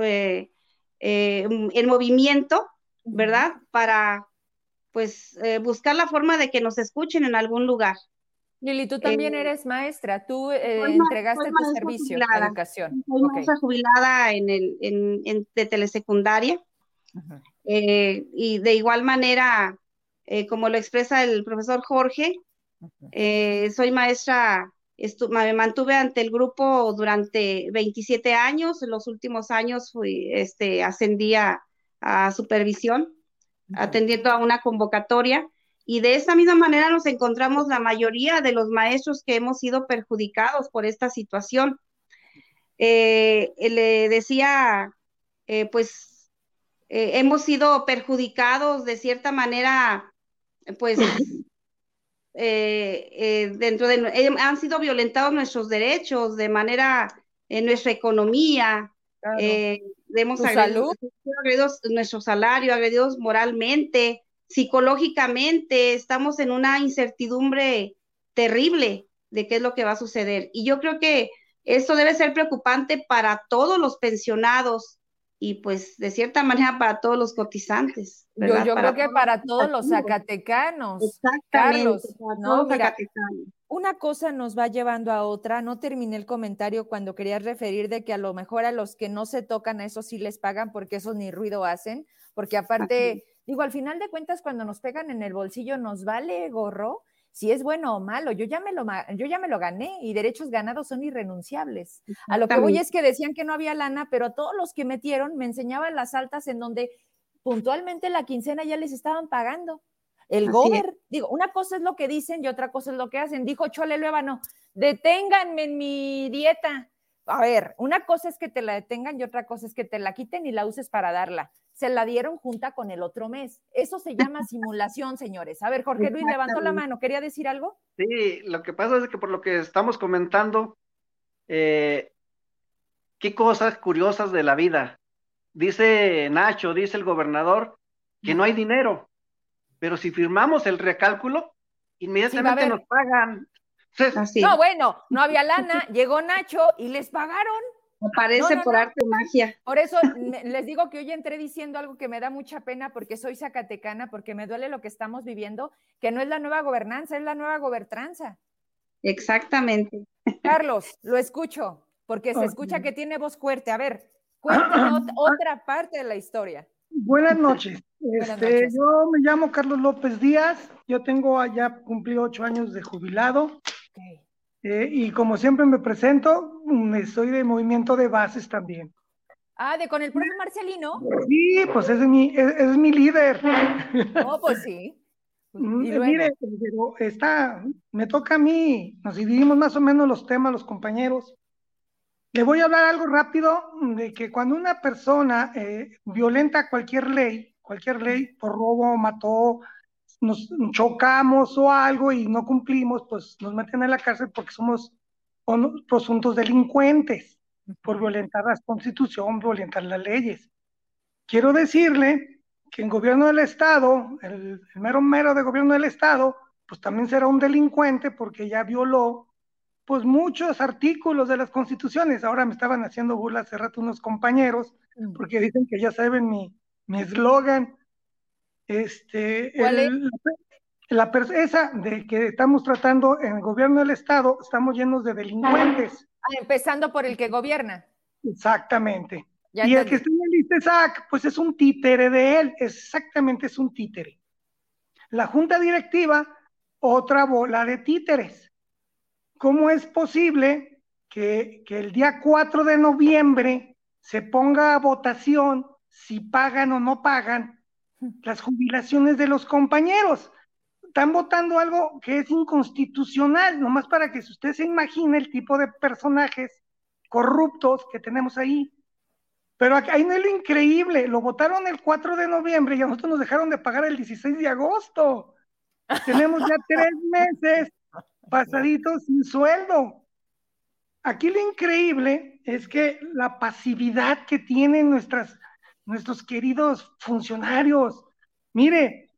en movimiento, ¿verdad? Para, pues, buscar la forma de que nos escuchen en algún lugar. Lili, tú también eres maestra, tú entregaste tu servicio a educación. Soy maestra jubilada de telesecundaria, y de igual manera, como lo expresa el profesor Jorge, soy maestra, me mantuve ante el grupo durante 27 años, en los últimos años ascendí a supervisión, atendiendo a una convocatoria, y de esa misma manera nos encontramos la mayoría de los maestros que hemos sido perjudicados por esta situación. Le decía, pues, hemos sido perjudicados de cierta manera, pues, han sido violentados nuestros derechos de manera, en nuestra economía, claro. Hemos agredido nuestro salario, agredidos moralmente, psicológicamente, estamos en una incertidumbre terrible de qué es lo que va a suceder. Y yo creo que esto debe ser preocupante para todos los pensionados y, pues, de cierta manera para todos los cotizantes. Yo creo que para todos los zacatecanos. Exactamente. Carlos, no, mira, una cosa nos va llevando a otra. No terminé el comentario cuando querías referir de que a lo mejor a los que no se tocan a esos sí les pagan porque esos ni ruido hacen, porque aparte, digo, al final de cuentas cuando nos pegan en el bolsillo nos vale gorro si es bueno o malo. Yo ya me lo gané y derechos ganados son irrenunciables. A lo que voy es que decían que no había lana, pero a todos los que metieron me enseñaban las altas en donde puntualmente la quincena ya les estaban pagando. El gober, digo, una cosa es lo que dicen y otra cosa es lo que hacen. Dijo Chole Luébano, deténganme en mi dieta. A ver, una cosa es que te la detengan y otra cosa es que te la quiten y la uses para darla. Se la dieron junta con el otro mes. Eso se llama simulación, señores. A ver, Jorge Luis levantó la mano. ¿Quería decir algo? Sí, lo que pasa es que por lo que estamos comentando, qué cosas curiosas de la vida. Dice Nacho, dice el gobernador, que no hay dinero. Pero si firmamos el recálculo, inmediatamente nos pagan. No, bueno, no había lana, llegó Nacho y les pagaron. Aparece por arte de magia. Por eso les digo que hoy entré diciendo algo que me da mucha pena porque soy zacatecana, porque me duele lo que estamos viviendo, que no es la nueva gobernanza, es la nueva gobernanza. Exactamente. Carlos, lo escucho, porque se escucha que tiene voz fuerte. A ver, cuéntame otra parte de la historia. Buenas noches. Yo me llamo Carlos López Díaz, yo tengo ya cumplido 8 años de jubilado, y como siempre me presento, soy de Movimiento de Bases también. Ah, con el profe Marcelino. Sí, pues es mi líder. Oh, pues sí. Mire, pero me toca a mí, nos dividimos más o menos los temas, los compañeros. Le voy a hablar algo rápido de que cuando una persona violenta cualquier ley, por robo, mató, nos chocamos o algo y no cumplimos, pues nos meten en la cárcel porque somos presuntos delincuentes por violentar la Constitución, violentar las leyes. Quiero decirle que el gobierno del Estado, el mero de gobierno del Estado, pues también será un delincuente porque ya violó pues muchos artículos de las constituciones. Ahora me estaban haciendo burla hace rato unos compañeros, porque dicen que ya saben mi eslogan. Esa de que estamos tratando en el gobierno del Estado, estamos llenos de delincuentes. Empezando por el que gobierna. Exactamente. Y el que está en el ISTESAC, pues es un títere de él, exactamente es un títere. La junta directiva, otra bola de títeres. ¿Cómo es posible que el día 4 de noviembre se ponga a votación si pagan o no pagan las jubilaciones de los compañeros? están votando algo que es inconstitucional, nomás para que usted se imagine el tipo de personajes corruptos que tenemos ahí. Pero ahí no es lo increíble, lo votaron el 4 de noviembre y a nosotros nos dejaron de pagar el 16 de agosto. Tenemos ya 3 meses pasaditos sin sueldo. Aquí lo increíble es que la pasividad que tienen nuestros queridos funcionarios, mire,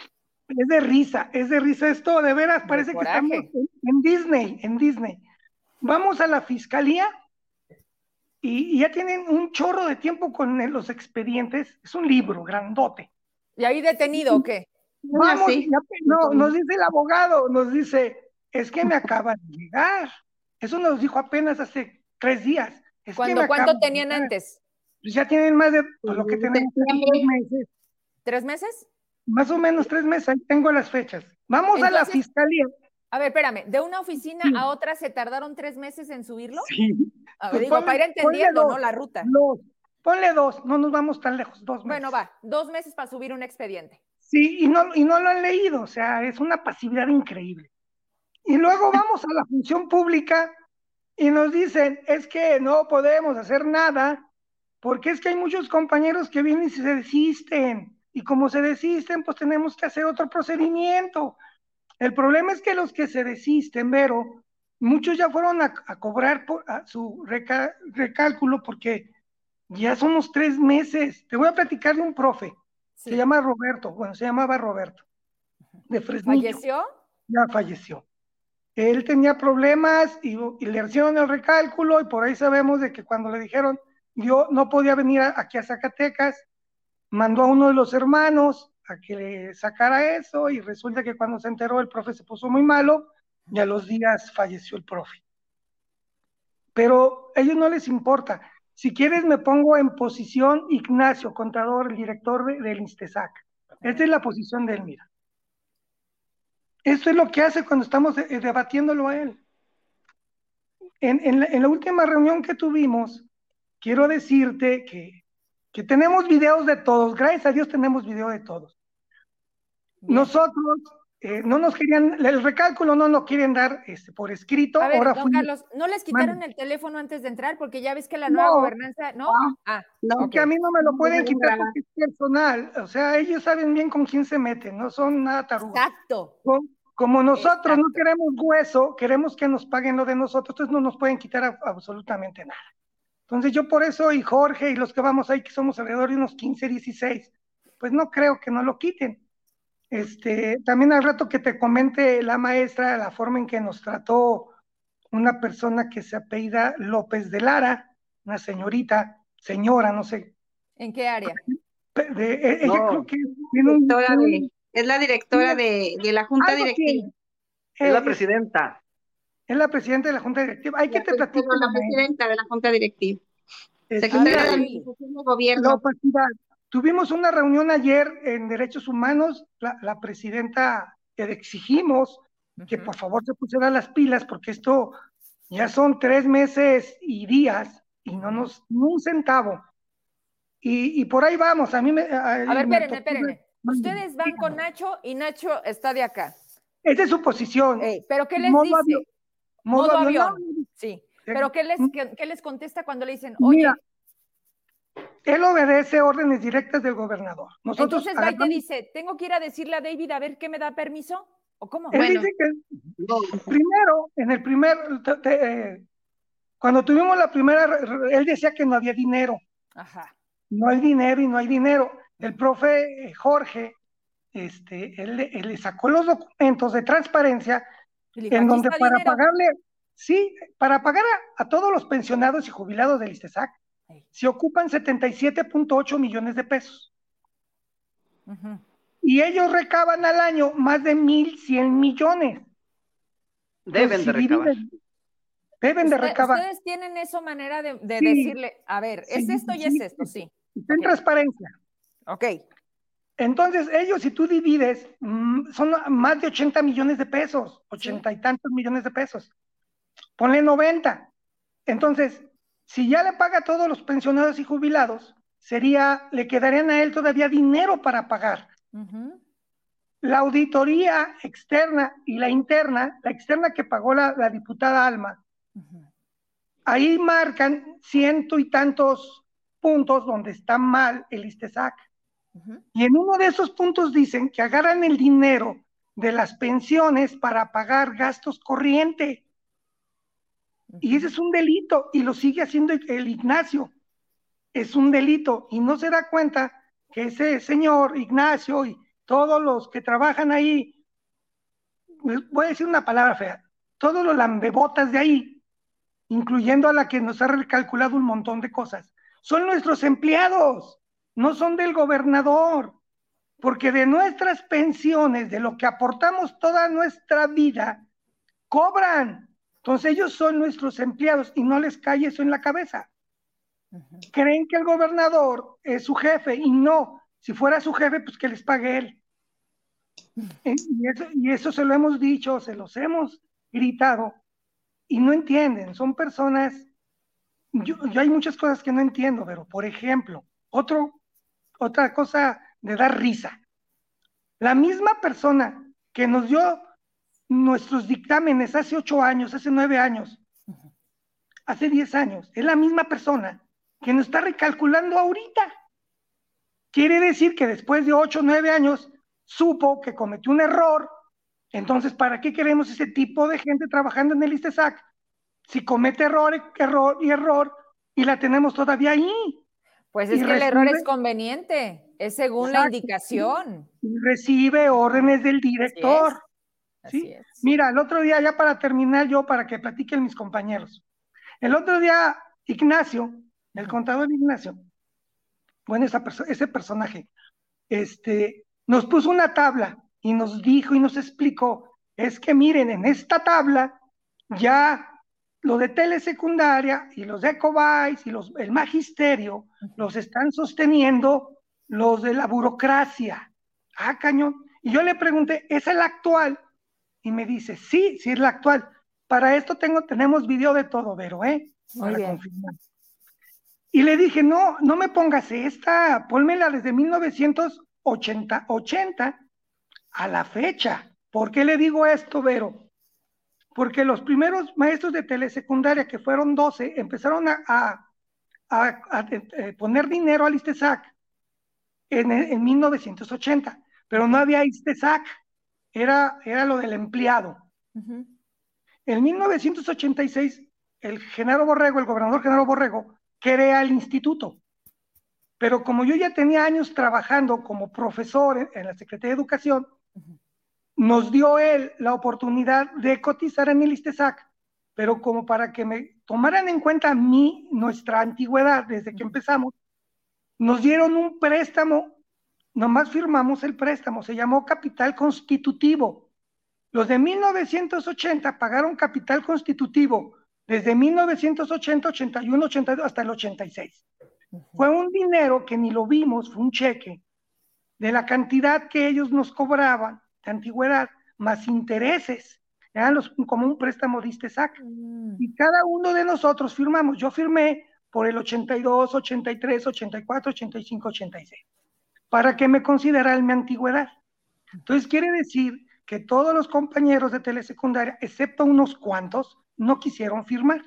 es de risa esto, de veras, parece que estamos en Disney. Vamos a la fiscalía y ya tienen un chorro de tiempo con los expedientes, es un libro grandote. ¿Y ahí detenido o qué? Vamos, no, nos dice el abogado, nos dice, es que me acaba de llegar. Eso nos dijo apenas hace 3 días. ¿Cuánto tenían antes? Pues ya tienen más de lo que tenemos 3 meses. ¿3 meses? Más o menos 3 meses, ahí tengo las fechas. Vamos entonces, a la fiscalía. A ver, espérame, ¿de una oficina a otra se tardaron 3 meses en subirlo? Sí. A ver, pues para ir entendiendo, ¿no? La ruta. Ponle 2, no nos vamos tan lejos, 2 meses. Bueno, va, 2 meses para subir un expediente. Sí, y no lo han leído, o sea, es una pasividad increíble. Y luego vamos a la función pública y nos dicen, es que no podemos hacer nada, porque es que hay muchos compañeros que vienen y se desisten, y como se desisten, pues tenemos que hacer otro procedimiento. El problema es que los que se desisten, Vero, muchos ya fueron a cobrar su recálculo, porque ya son los 3 meses. Te voy a platicar de un profe, se llama Roberto, se llamaba Roberto, de Fresnillo. ¿Falleció? Ya falleció. Él tenía problemas y le hicieron el recálculo y por ahí sabemos de que cuando le dijeron yo no podía venir aquí a Zacatecas, mandó a uno de los hermanos a que le sacara eso y resulta que cuando se enteró el profe se puso muy malo y a los días falleció el profe. Pero a ellos no les importa. Si quieres me pongo en posición Ignacio, contador, el director del INSTESAC. Esta es la posición de él, mira. Eso es lo que hace cuando estamos debatiéndolo a él. En la última reunión que tuvimos, quiero decirte que tenemos videos de todos, gracias a Dios tenemos video de todos. Bien. Nosotros no nos querían, el recálculo no nos quieren dar por escrito. A ver, ahora don Carlos, ¿no les quitaron el teléfono antes de entrar? Porque ya ves que la nueva gobernanza, ¿no? Porque a mí no me lo pueden quitar porque es personal, o sea, ellos saben bien con quién se meten, no son nada tarugas. Exacto. Como nosotros no queremos hueso, queremos que nos paguen lo de nosotros, entonces no nos pueden quitar absolutamente nada. Entonces yo por eso, y Jorge, y los que vamos ahí, que somos alrededor de unos 15, 16, pues no creo que no lo quiten. También al rato que te comente la maestra la forma en que nos trató una persona que se apellida López de Lara, una señora, no sé. ¿En qué área? Ella creo que es la directora de la Junta Directiva. Es la presidenta. Es la presidenta de la Junta Directiva. Hay que te platicar. La presidenta de la Junta Directiva. Secretaria de Administración de Gobierno. La opacidad. Tuvimos una reunión ayer en Derechos Humanos. La presidenta le exigimos que por favor se pusieran las pilas, porque esto ya son 3 meses y días y no un centavo. Y por ahí vamos. A ver, espérenme. Ustedes van con Nacho y Nacho está de acá. Esa es su posición. ¿Pero qué les dice? Modo avión. Sí. ¿Pero qué les contesta cuando le dicen, oye? Mira, él obedece órdenes directas del gobernador. Entonces va y te dice, ¿tengo que ir a decirle a David a ver qué me da permiso? ¿O cómo? Él dice que cuando tuvimos la primera, él decía que no había dinero. Ajá. No hay dinero y no hay dinero. El profe Jorge, él le sacó los documentos de transparencia en donde para pagar a todos los pensionados y jubilados del ISTESAC se ocupan 77.8 millones de pesos. Uh-huh. Y ellos recaban al año más de 1,100 millones. Deben de recabar. Ustedes tienen esa manera de decirle, a ver, es esto y es esto, sí. Está en transparencia. Ok. Entonces, ellos, si tú divides, son más de 80 millones de pesos, 80 y tantos millones de pesos. Ponle 90. Entonces, si ya le paga a todos los pensionados y jubilados, le quedarían a él todavía dinero para pagar. Uh-huh. la auditoría externa y la interna, la externa que pagó la diputada Alma, ahí marcan 100 y tantos puntos donde está mal el ISTESAC. Y en uno de esos puntos dicen que agarran el dinero de las pensiones para pagar gastos corrientes. Y ese es un delito, y lo sigue haciendo el Ignacio. Es un delito, y no se da cuenta que ese señor Ignacio y todos los que trabajan ahí, voy a decir una palabra fea, todos los lambebotas de ahí, incluyendo a la que nos ha recalculado un montón de cosas, son nuestros empleados, no son del gobernador, porque de nuestras pensiones, de lo que aportamos toda nuestra vida, cobran. Entonces ellos son nuestros empleados y no les cae eso en la cabeza. Creen que el gobernador es su jefe y no, si fuera su jefe, pues que les pague él. Y eso se lo hemos dicho, se los hemos gritado y no entienden, son personas, yo hay muchas cosas que no entiendo, pero por ejemplo, otra cosa de dar risa, la misma persona que nos dio nuestros dictámenes hace 8 años, hace 9 años, hace 10 años, es la misma persona que nos está recalculando ahorita. Quiere decir que después de 8 o 9 años supo que cometió un error. Entonces, ¿para qué queremos ese tipo de gente trabajando en el ISTESAC? Si comete error y la tenemos todavía ahí. Pues es que el error es conveniente, es según la indicación. Y recibe órdenes del director. Así es. Mira, el otro día, ya para terminar yo, para que platiquen mis compañeros, el otro día Ignacio, el contador Ignacio, bueno, ese personaje, nos puso una tabla y nos dijo y nos explicó, es que miren, en esta tabla ya lo de telesecundaria y los de Ecovice y el magisterio los están sosteniendo los de la burocracia. Ah, cañón. Y yo le pregunté, ¿es el actual? Y me dice, sí es la actual. Para esto tenemos video de todo, Vero, para confirmar. Y le dije, no me pongas esta, pónmela desde 1980 a la fecha. ¿Por qué le digo esto, Vero? Porque los primeros maestros de telesecundaria, que fueron 12, empezaron a poner dinero al ISTESAC en 1980, pero no había ISTESAC, era lo del empleado. En 1986, el gobernador Genaro Borrego, crea el instituto. Pero como yo ya tenía años trabajando como profesor en la Secretaría de Educación, nos dio él la oportunidad de cotizar en el ISTESAC, pero como para que me tomaran en cuenta nuestra antigüedad desde que empezamos, nos dieron un préstamo, nomás firmamos el préstamo, se llamó capital constitutivo. Los de 1980 pagaron capital constitutivo desde 1980, 81, 82 hasta el 86. Fue un dinero que ni lo vimos, fue un cheque de la cantidad que ellos nos cobraban de antigüedad, más intereses, eran como un préstamo de ISTESAC. Y cada uno de nosotros firmamos, yo firmé por el 82, 83, 84, 85, 86, para que me consideraran mi antigüedad. Entonces quiere decir que todos los compañeros de telesecundaria, excepto unos cuantos, no quisieron firmar.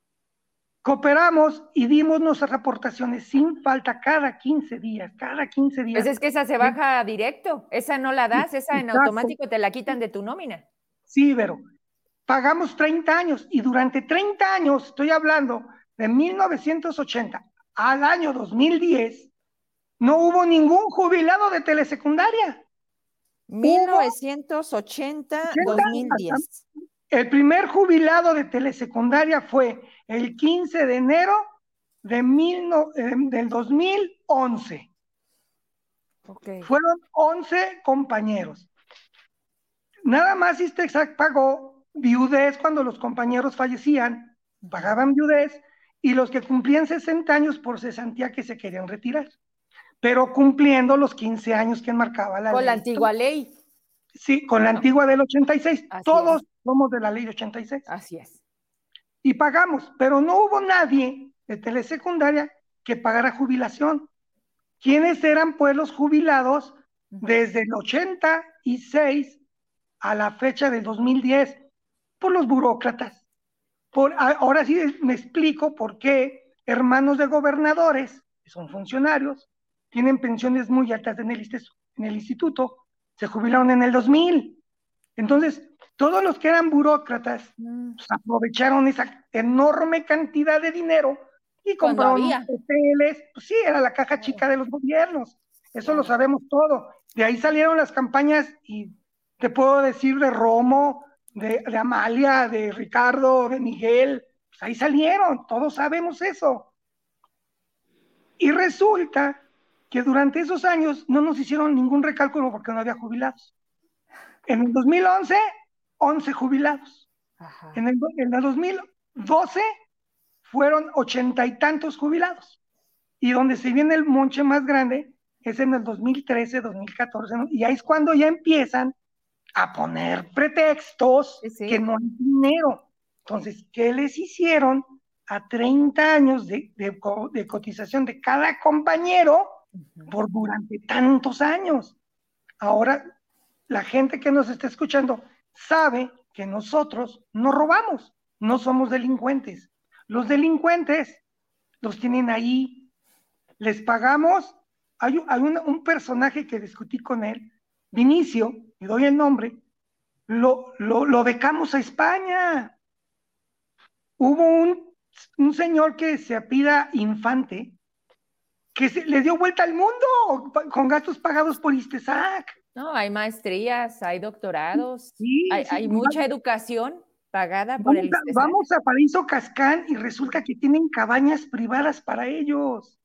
Cooperamos y dimos nuestras aportaciones sin falta cada 15 días. Pues es que esa se baja directo, esa no la das, esa en automático te la quitan de tu nómina. Sí, pero pagamos 30 años y durante 30 años, estoy hablando de 1980 al año 2010, no hubo ningún jubilado de telesecundaria. 1980, 2010. El primer jubilado de telesecundaria fue el 15 de enero del 2011. Okay. Fueron 11 compañeros. Nada más ISTESAC pagó viudez cuando los compañeros fallecían, pagaban viudez, y los que cumplían 60 años por cesantía que se querían retirar, pero cumpliendo los 15 años que marcaba la ley. Con la antigua ley. Sí, con la antigua del 86. Así Todos es. somos de la ley de 86. Así es. Y pagamos, pero no hubo nadie de telesecundaria que pagara jubilación. ¿Quiénes eran pues los jubilados desde el 80 96 a la fecha del 2010 por los burócratas. Ahora sí me explico por qué hermanos de gobernadores, que son funcionarios, tienen pensiones muy altas en el instituto, se jubilaron en el 2000. Entonces, todos los que eran burócratas pues, aprovecharon esa enorme cantidad de dinero y compraron hoteles. Pues sí, era la caja chica de los gobiernos. Eso lo sabemos todo. De ahí salieron las campañas y te puedo decir de Romo, de Amalia, de Ricardo, de Miguel. Pues ahí salieron, todos sabemos eso. Y resulta que durante esos años no nos hicieron ningún recálculo porque no había jubilados. En el 2011, 11 jubilados. En el 2012 fueron 80 y tantos jubilados. Y donde se viene el monche más grande es en el 2013, 2014, ¿no? Y ahí es cuando ya empiezan a poner pretextos que no hay dinero. Entonces, ¿qué les hicieron a 30 años de cotización de cada compañero por durante tantos años? Ahora, la gente que nos está escuchando sabe que nosotros no robamos, no somos delincuentes. Los delincuentes los tienen ahí, les pagamos. Hay un personaje que discutí con él, Vinicio, le doy el nombre, lo becamos a España. Hubo un señor que se apellida Infante, que le dio vuelta al mundo con gastos pagados por ISTESAC. No, hay maestrías, hay doctorados, hay mucha educación pagada por el ISTESAC. Vamos a Paraíso Cascán y resulta que tienen cabañas privadas para ellos.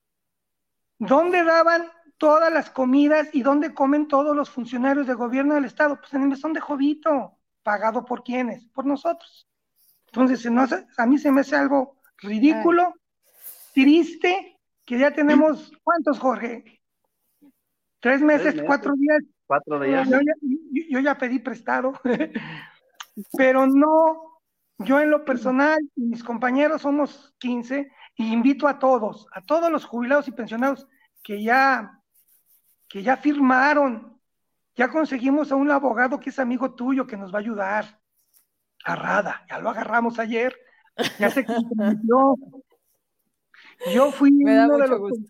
¿Dónde daban todas las comidas y dónde comen todos los funcionarios del gobierno del estado? Pues en el mesón de Jovito. ¿Pagado por quiénes? Por nosotros. Entonces, a mí se me hace algo ridículo, triste, que ya tenemos, ¿cuántos, Jorge? 3 meses, 4 días. 4 días. Yo ya pedí prestado, pero no, yo en lo personal, mis compañeros somos 15, y invito a todos los jubilados y pensionados que ya firmaron, ya conseguimos a un abogado que es amigo tuyo, que nos va a ayudar, a Rada, ya lo agarramos ayer, ya se comprometió. Yo fui uno de los gusto.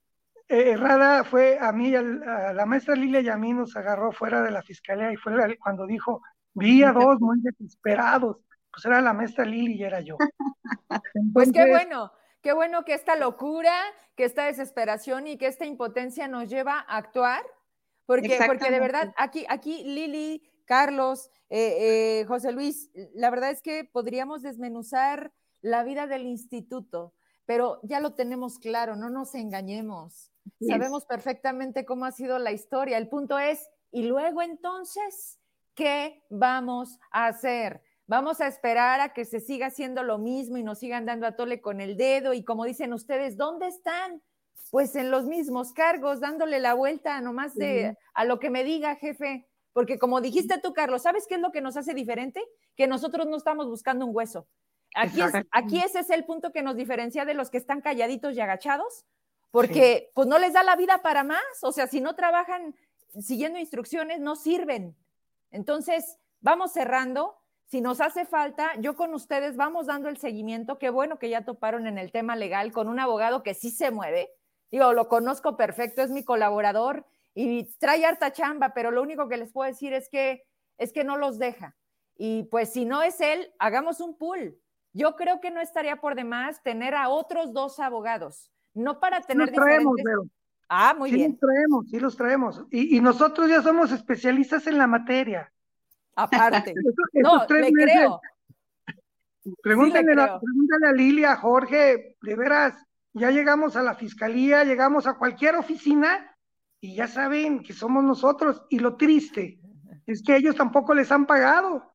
Rada fue a mí, a la maestra Lilia y a mí nos agarró fuera de la fiscalía y fue cuando dijo, vi a 2 muy desesperados, pues era la maestra Lili y era yo. Entonces, pues qué bueno que esta locura, que esta desesperación y que esta impotencia nos lleva a actuar, porque de verdad, aquí Lili, Carlos, José Luis, la verdad es que podríamos desmenuzar la vida del instituto, pero ya lo tenemos claro, no nos engañemos. Yes. Sabemos perfectamente cómo ha sido la historia. El punto es, ¿y luego entonces qué vamos a hacer? ¿Vamos a esperar a que se siga haciendo lo mismo y nos sigan dando a tole con el dedo? Y como dicen ustedes, ¿dónde están? Pues en los mismos cargos, dándole la vuelta nomás a lo que me diga, jefe. Porque como dijiste tú, Carlos, ¿sabes qué es lo que nos hace diferente? Que nosotros no estamos buscando un hueso. Aquí ese es el punto que nos diferencia de los que están calladitos y agachados, porque pues no les da la vida para más. O sea, si no trabajan siguiendo instrucciones, no sirven. Entonces, vamos cerrando. Si nos hace falta, yo con ustedes vamos dando el seguimiento. Qué bueno que ya toparon en el tema legal con un abogado que sí se mueve. Digo, lo conozco perfecto, es mi colaborador y trae harta chamba, pero lo único que les puedo decir es que no los deja. Y pues si no es él, hagamos un pool. Yo creo que no estaría por demás tener a otros 2 abogados, no para tener diferentes... Muy bien. Sí los traemos. Y nosotros ya somos especialistas en la materia. Aparte. No, le creo. Pregúntale a Lilia, a Jorge, de veras, ya llegamos a la fiscalía, llegamos a cualquier oficina y ya saben que somos nosotros. Y lo triste es que ellos tampoco les han pagado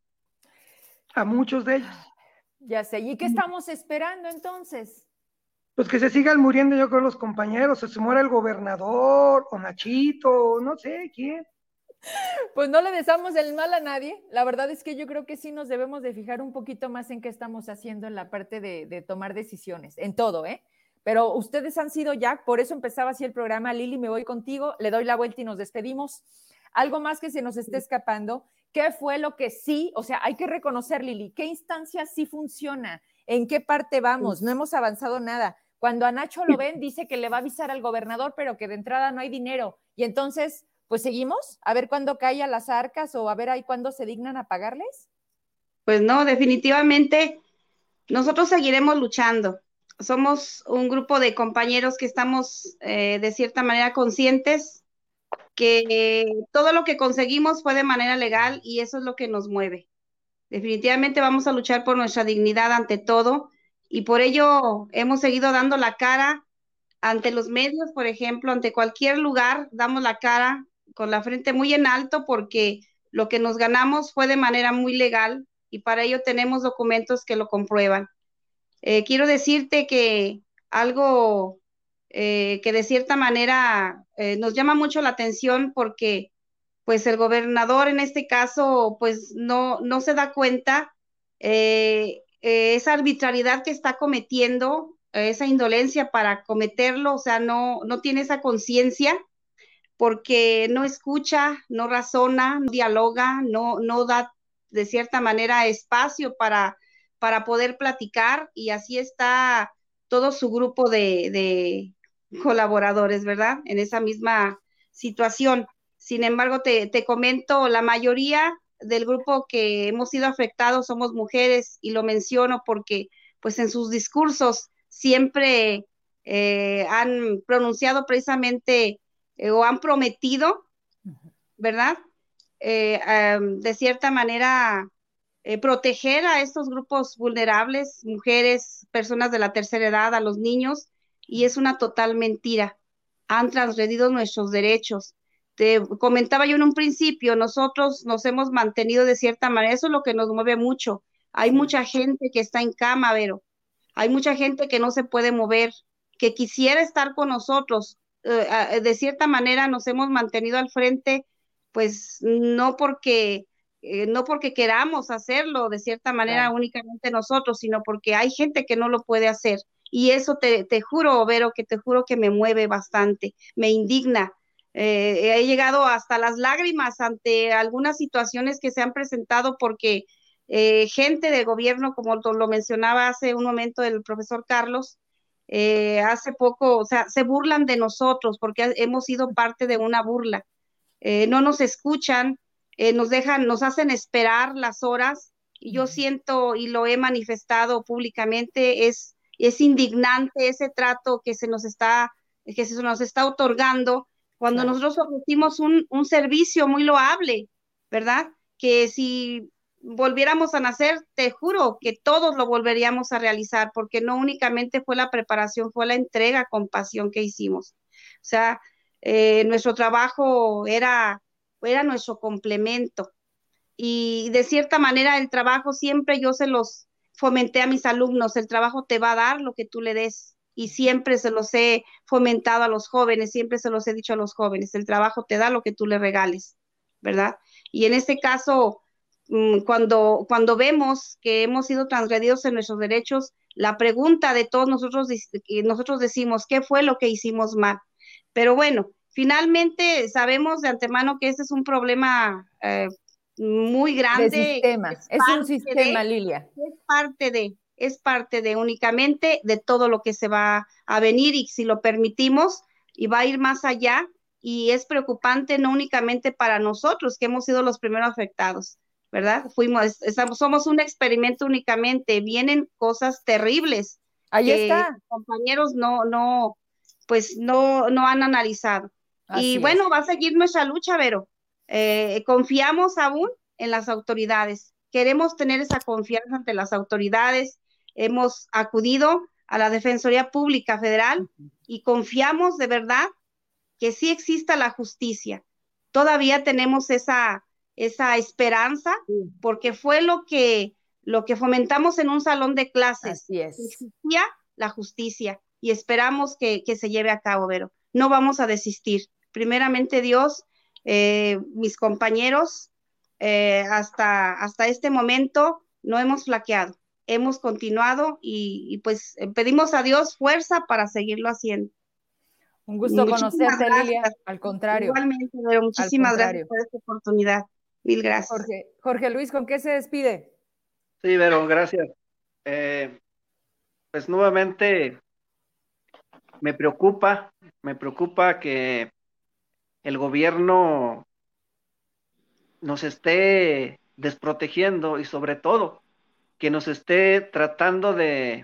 a muchos de ellos. Ya sé, ¿y qué estamos esperando entonces? Pues que se sigan muriendo, yo creo, los compañeros, o se muera el gobernador, o Nachito, no sé quién. Pues no le deseamos el mal a nadie. La verdad es que yo creo que sí nos debemos de fijar un poquito más en qué estamos haciendo en la parte de tomar decisiones, en todo, Pero ustedes han sido ya, por eso empezaba así el programa. Lili, me voy contigo, le doy la vuelta y nos despedimos. algo más que se nos esté escapando. ¿Qué fue lo que sí? O sea, hay que reconocer, Lili, ¿qué instancia sí funciona? ¿En qué parte vamos? No hemos avanzado nada. Cuando a Nacho lo ven, dice que le va a avisar al gobernador, pero que de entrada no hay dinero. Y entonces, pues seguimos a ver cuándo cae a las arcas o a ver ahí cuándo se dignan a pagarles. Pues no, definitivamente nosotros seguiremos luchando. Somos un grupo de compañeros que estamos de cierta manera conscientes que todo lo que conseguimos fue de manera legal y eso es lo que nos mueve. Definitivamente vamos a luchar por nuestra dignidad ante todo y por ello hemos seguido dando la cara ante los medios, por ejemplo, ante cualquier lugar, damos la cara con la frente muy en alto porque lo que nos ganamos fue de manera muy legal y para ello tenemos documentos que lo comprueban. Quiero decirte que algo que de cierta manera nos llama mucho la atención porque pues el gobernador en este caso pues no se da cuenta esa arbitrariedad que está cometiendo, esa indolencia para cometerlo, o sea, no tiene esa conciencia porque no escucha, no razona, no dialoga, no da de cierta manera espacio para poder platicar y así está todo su grupo de colaboradores, ¿verdad? En esa misma situación. Sin embargo, te comento, la mayoría del grupo que hemos sido afectados somos mujeres y lo menciono porque pues en sus discursos siempre han pronunciado precisamente o han prometido, ¿verdad? De cierta manera proteger a estos grupos vulnerables, mujeres, personas de la tercera edad, a los niños, y es una total mentira. Han transgredido nuestros derechos. Te comentaba yo en un principio, nosotros nos hemos mantenido de cierta manera, eso es lo que nos mueve mucho. Hay mucha gente que está en cama, Vero, hay mucha gente que no se puede mover, que quisiera estar con nosotros. De cierta manera nos hemos mantenido al frente, pues no porque queramos hacerlo de cierta manera Claro. únicamente nosotros, sino porque hay gente que no lo puede hacer. Y eso te juro, Vero, que te juro que me mueve bastante, me indigna. He llegado hasta las lágrimas ante algunas situaciones que se han presentado porque gente del gobierno, como lo mencionaba hace un momento el profesor Carlos, hace poco, o sea, se burlan de nosotros porque hemos sido parte de una burla. No nos escuchan, nos hacen esperar las horas y yo siento y lo he manifestado públicamente, es indignante ese trato que se nos está otorgando cuando Claro. nosotros ofrecimos un servicio muy loable, ¿verdad? Que si volviéramos a nacer, te juro que todos lo volveríamos a realizar, porque no únicamente fue la preparación, fue la entrega con pasión que hicimos. O sea, nuestro trabajo era nuestro complemento y de cierta manera el trabajo siempre yo se los fomenté a mis alumnos, el trabajo te va a dar lo que tú le des y siempre se los he fomentado a los jóvenes, siempre se los he dicho a los jóvenes, el trabajo te da lo que tú le regales, ¿verdad? Y en este caso, cuando vemos que hemos sido transgredidos en nuestros derechos, la pregunta de todos nosotros decimos, ¿qué fue lo que hicimos mal? Pero bueno, finalmente sabemos de antemano que este es un problema muy De grande. sistema. Es un sistema, Lilia. Es parte de únicamente de todo lo que se va a venir y si lo permitimos y va a ir más allá y es preocupante no únicamente para nosotros que hemos sido los primeros afectados, ¿verdad? Somos un experimento únicamente, vienen cosas terribles Ahí que está. compañeros no han analizado. Así Y bueno, es. va a seguir nuestra lucha, Vero. Confiamos aún en las autoridades. Queremos tener esa confianza ante las autoridades. Hemos acudido a la Defensoría Pública Federal y confiamos de verdad que sí exista la justicia. Todavía tenemos esa esperanza porque fue lo que fomentamos en un salón de clases. Así es. Existía la justicia y esperamos que se lleve a cabo, Vero. No vamos a desistir. Primeramente Dios, mis compañeros, hasta este momento no hemos flaqueado, hemos continuado y pues pedimos a Dios fuerza para seguirlo haciendo. Un gusto Muchísimas conocerte, gracias. Lilia. Al contrario. Igualmente, Vero, muchísimas contrario. gracias por esta oportunidad. Mil gracias. Jorge Luis, ¿con qué se despide? Sí, Vero, gracias. Pues nuevamente me preocupa que el gobierno nos esté desprotegiendo y sobre todo que nos esté tratando de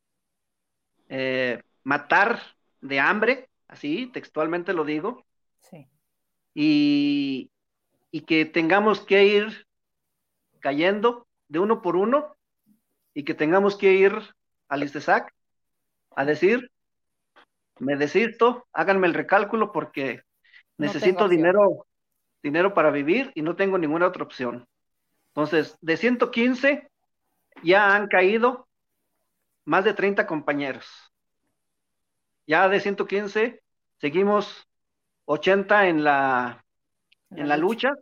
matar de hambre, así textualmente lo digo, Sí. y que tengamos que ir cayendo de uno por uno y que tengamos que ir al ISTESAC a decir, me desisto, háganme el recálculo porque necesito dinero para vivir y no tengo ninguna otra opción. Entonces, de 115 ya han caído más de 30 compañeros. Ya de 115 seguimos 80 en la lucha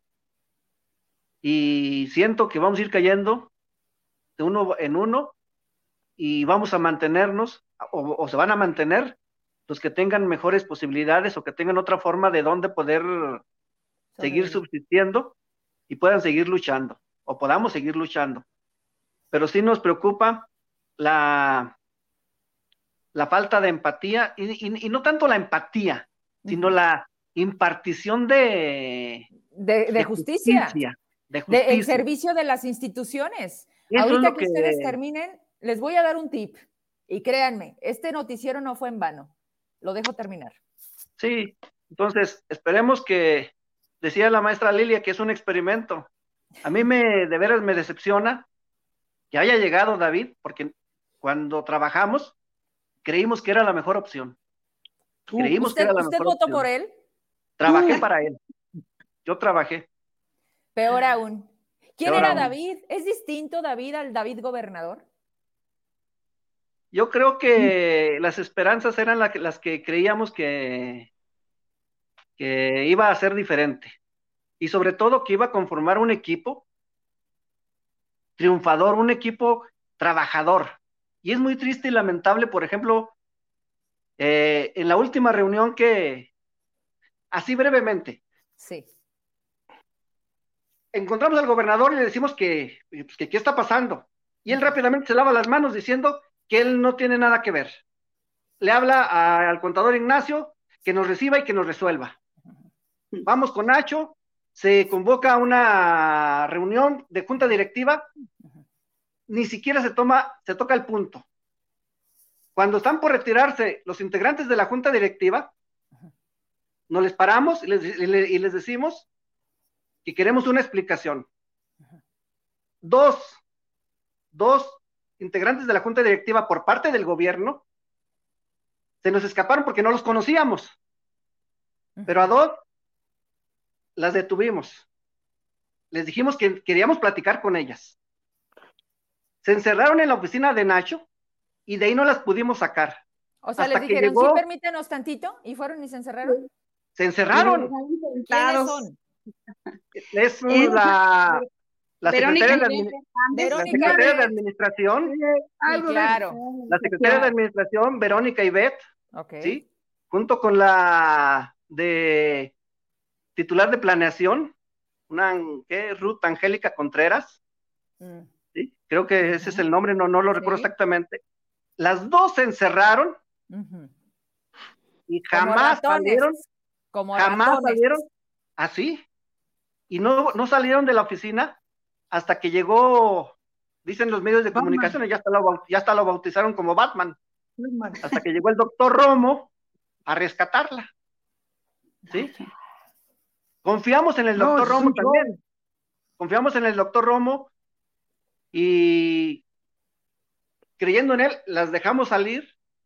y siento que vamos a ir cayendo de uno en uno y vamos a mantenernos o se van a mantener los que tengan mejores posibilidades o que tengan otra forma de dónde poder seguir subsistiendo y puedan seguir luchando o podamos seguir luchando. Pero sí nos preocupa la falta de empatía y no tanto la empatía, sino la impartición de justicia. De justicia. El servicio de las instituciones. Eso ahorita es que ustedes terminen, les voy a dar un tip. Y créanme, este noticiero no fue en vano. Lo dejo terminar. Sí, entonces esperemos que, decía la maestra Lilia, que es un experimento. A mí de veras me decepciona que haya llegado David, porque cuando trabajamos creímos que era la mejor opción. Creímos que era la mejor opción. ¿Usted votó por él? Trabajé para él. Yo trabajé. Peor aún. ¿Quién era David? ¿Es distinto David al David gobernador? Yo creo que las esperanzas eran las que creíamos que iba a ser diferente. Y sobre todo que iba a conformar un equipo triunfador, un equipo trabajador. Y es muy triste y lamentable, por ejemplo, en la última reunión así brevemente, sí, encontramos al gobernador y le decimos que qué está pasando. Y él rápidamente se lava las manos diciendo que él no tiene nada que ver. Le habla al contador Ignacio que nos reciba y que nos resuelva. Vamos con Nacho, se convoca una reunión de junta directiva, ni siquiera se toca el punto. Cuando están por retirarse los integrantes de la junta directiva, nos les paramos y les decimos que queremos una explicación. Dos integrantes de la junta directiva por parte del gobierno se nos escaparon porque no los conocíamos, pero a dos las detuvimos. Les dijimos que queríamos platicar con ellas. Se encerraron en la oficina de Nacho y de ahí no las pudimos sacar. O sea, les dijeron, sí, permítanos tantito, y fueron y se encerraron. Se encerraron. ¿Quiénes son? Es la secretaria de Administración. Claro. La secretaria de Administración, Verónica Ivette, okay. ¿sí? Junto con la de titular de Planeación, Ruth Angélica Contreras, ¿sí? Creo que ese es el nombre, no lo recuerdo exactamente. Las dos se encerraron y jamás salieron, así, y no salieron de la oficina hasta que llegó, dicen los medios de comunicación, ya hasta lo bautizaron como Batman, hasta que llegó el doctor Romo a rescatarla, ¿sí? Confiamos en el doctor Romo también, confiamos en el doctor Romo y creyendo en él, las dejamos salir.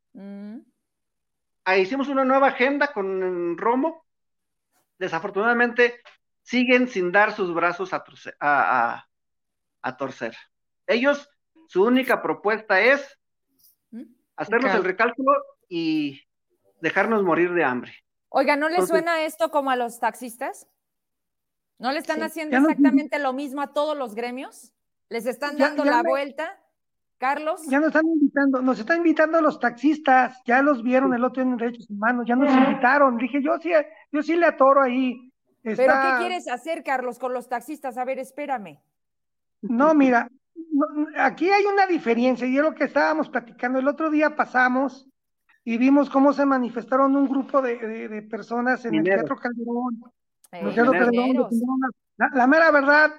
Hicimos una nueva agenda con Romo. Desafortunadamente, siguen sin dar sus brazos a torcer. Ellos, su única propuesta es hacernos el recálculo y dejarnos morir de hambre. Oiga, ¿no les suena esto como a los taxistas? ¿No le están haciendo exactamente lo mismo a todos los gremios? ¿Les están dando la vuelta? Carlos. Ya nos están invitando los taxistas, ya los vieron el otro día en Derechos Humanos, ya nos invitaron. Dije, yo sí le atoro ahí. ¿Pero qué quieres hacer, Carlos, con los taxistas? A ver, espérame. No, mira, aquí hay una diferencia, y es lo que estábamos platicando. El otro día pasamos y vimos cómo se manifestaron un grupo de personas en el Teatro Calderón. La mera verdad,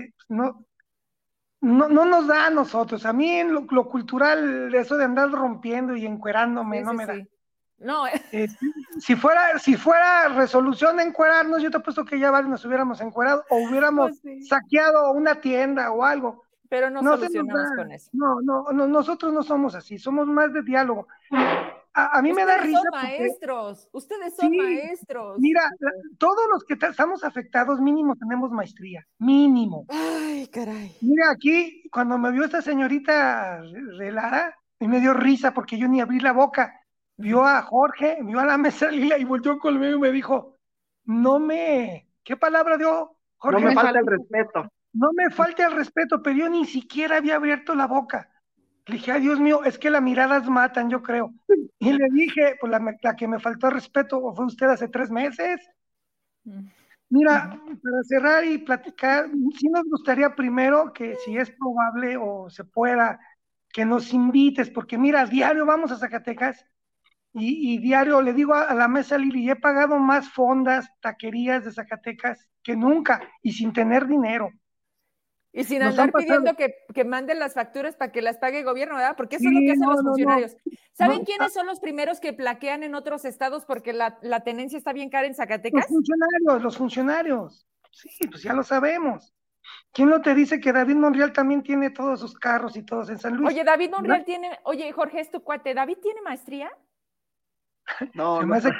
no nos da a nosotros. A mí en lo cultural, eso de andar rompiendo y encuerándome, no me da. No. Si fuera resolución de encuerarnos, yo te apuesto que ya varios nos hubiéramos encuerado o hubiéramos saqueado una tienda o algo. Pero no solucionamos con eso. No, nosotros no somos así, somos más de diálogo. A mí me da risa. Ustedes son maestros. Mira, todos los que estamos afectados, mínimo tenemos maestría, mínimo. Ay, caray. Mira, aquí, cuando me vio esta señorita de Lara, y me dio risa porque yo ni abrí la boca. Vio a Jorge, vio a la mesa Lila y volteó conmigo y me dijo, ¿qué palabra dio Jorge? No me falta el respeto. No me falta el respeto, pero yo ni siquiera había abierto la boca. Le dije, ay, Dios mío, es que las miradas matan, yo creo. Y le dije, pues la que me faltó el respeto fue usted hace 3 meses. Mira, para cerrar y platicar, sí nos gustaría primero que si es probable o se pueda, que nos invites, porque mira, diario vamos a Zacatecas y diario le digo a la mesa Lili, he pagado más fondas, taquerías de Zacatecas que nunca y sin tener dinero. Y sin andar pidiendo que manden las facturas para que las pague el gobierno, ¿verdad? Porque eso es lo que hacen los funcionarios. ¿Saben quiénes son los primeros que plaquean en otros estados porque la tenencia está bien cara en Zacatecas? Los funcionarios. Sí, pues ya lo sabemos. ¿Quién no te dice que David Monreal también tiene todos sus carros y todos en San Luis? Oye, David Monreal tiene... Oye, Jorge, ¿es tu cuate? ¿David tiene maestría? No, Se me hace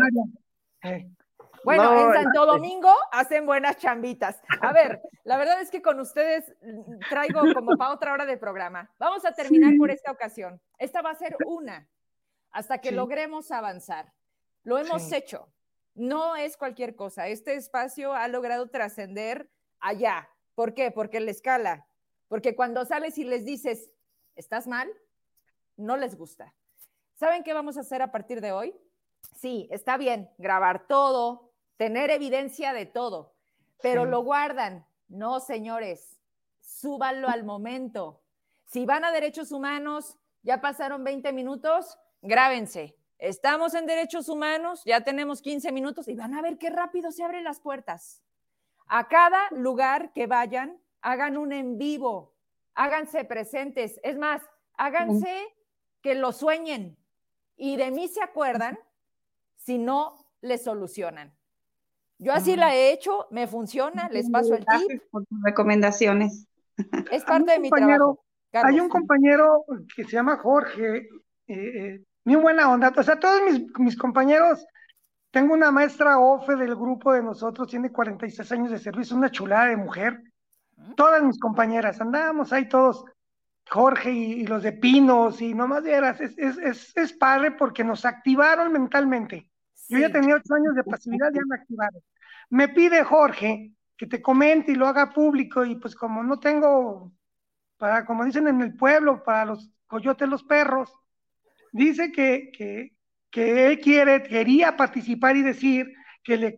Bueno, en Santo Domingo hacen buenas chambitas. A ver, la verdad es que con ustedes traigo como para otra hora de programa. Vamos a terminar por esta ocasión. Esta va a ser una, hasta que logremos avanzar. Lo hemos hecho. No es cualquier cosa. Este espacio ha logrado trascender allá. ¿Por qué? Porque la escala. Porque cuando sales y les dices, ¿estás mal? No les gusta. ¿Saben qué vamos a hacer a partir de hoy? Sí, está bien, grabar todo, tener evidencia de todo, pero lo guardan. No, señores, súbanlo al momento. Si van a Derechos Humanos, ya pasaron 20 minutos, grábense. Estamos en Derechos Humanos, ya tenemos 15 minutos y van a ver qué rápido se abren las puertas. A cada lugar que vayan, hagan un en vivo, háganse presentes. Es más, háganse que lo sueñen y de mí se acuerdan si no les solucionan. Yo así la he hecho, me funciona, les paso el tip. Por tus recomendaciones. Es parte de mi trabajo. Carlos. Hay un compañero que se llama Jorge, muy buena onda. O sea, todos mis compañeros, tengo una maestra OFE del grupo de nosotros, tiene 46 años de servicio, una chulada de mujer. Todas mis compañeras, andábamos ahí todos, Jorge y los de Pinos, y nomás vieras, es padre porque nos activaron mentalmente. Yo ya tenía 8 años de pasividad, ya me activaron. Me pide Jorge que te comente y lo haga público, y pues como no tengo, como dicen en el pueblo, para los coyotes los perros, dice que él quería participar y decir que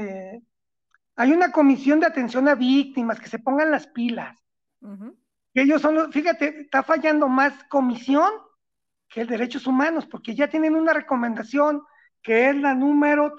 hay una comisión de atención a víctimas, que se pongan las pilas. Ellos son fíjate, está fallando más comisión que el Derechos Humanos, porque ya tienen una recomendación que es la número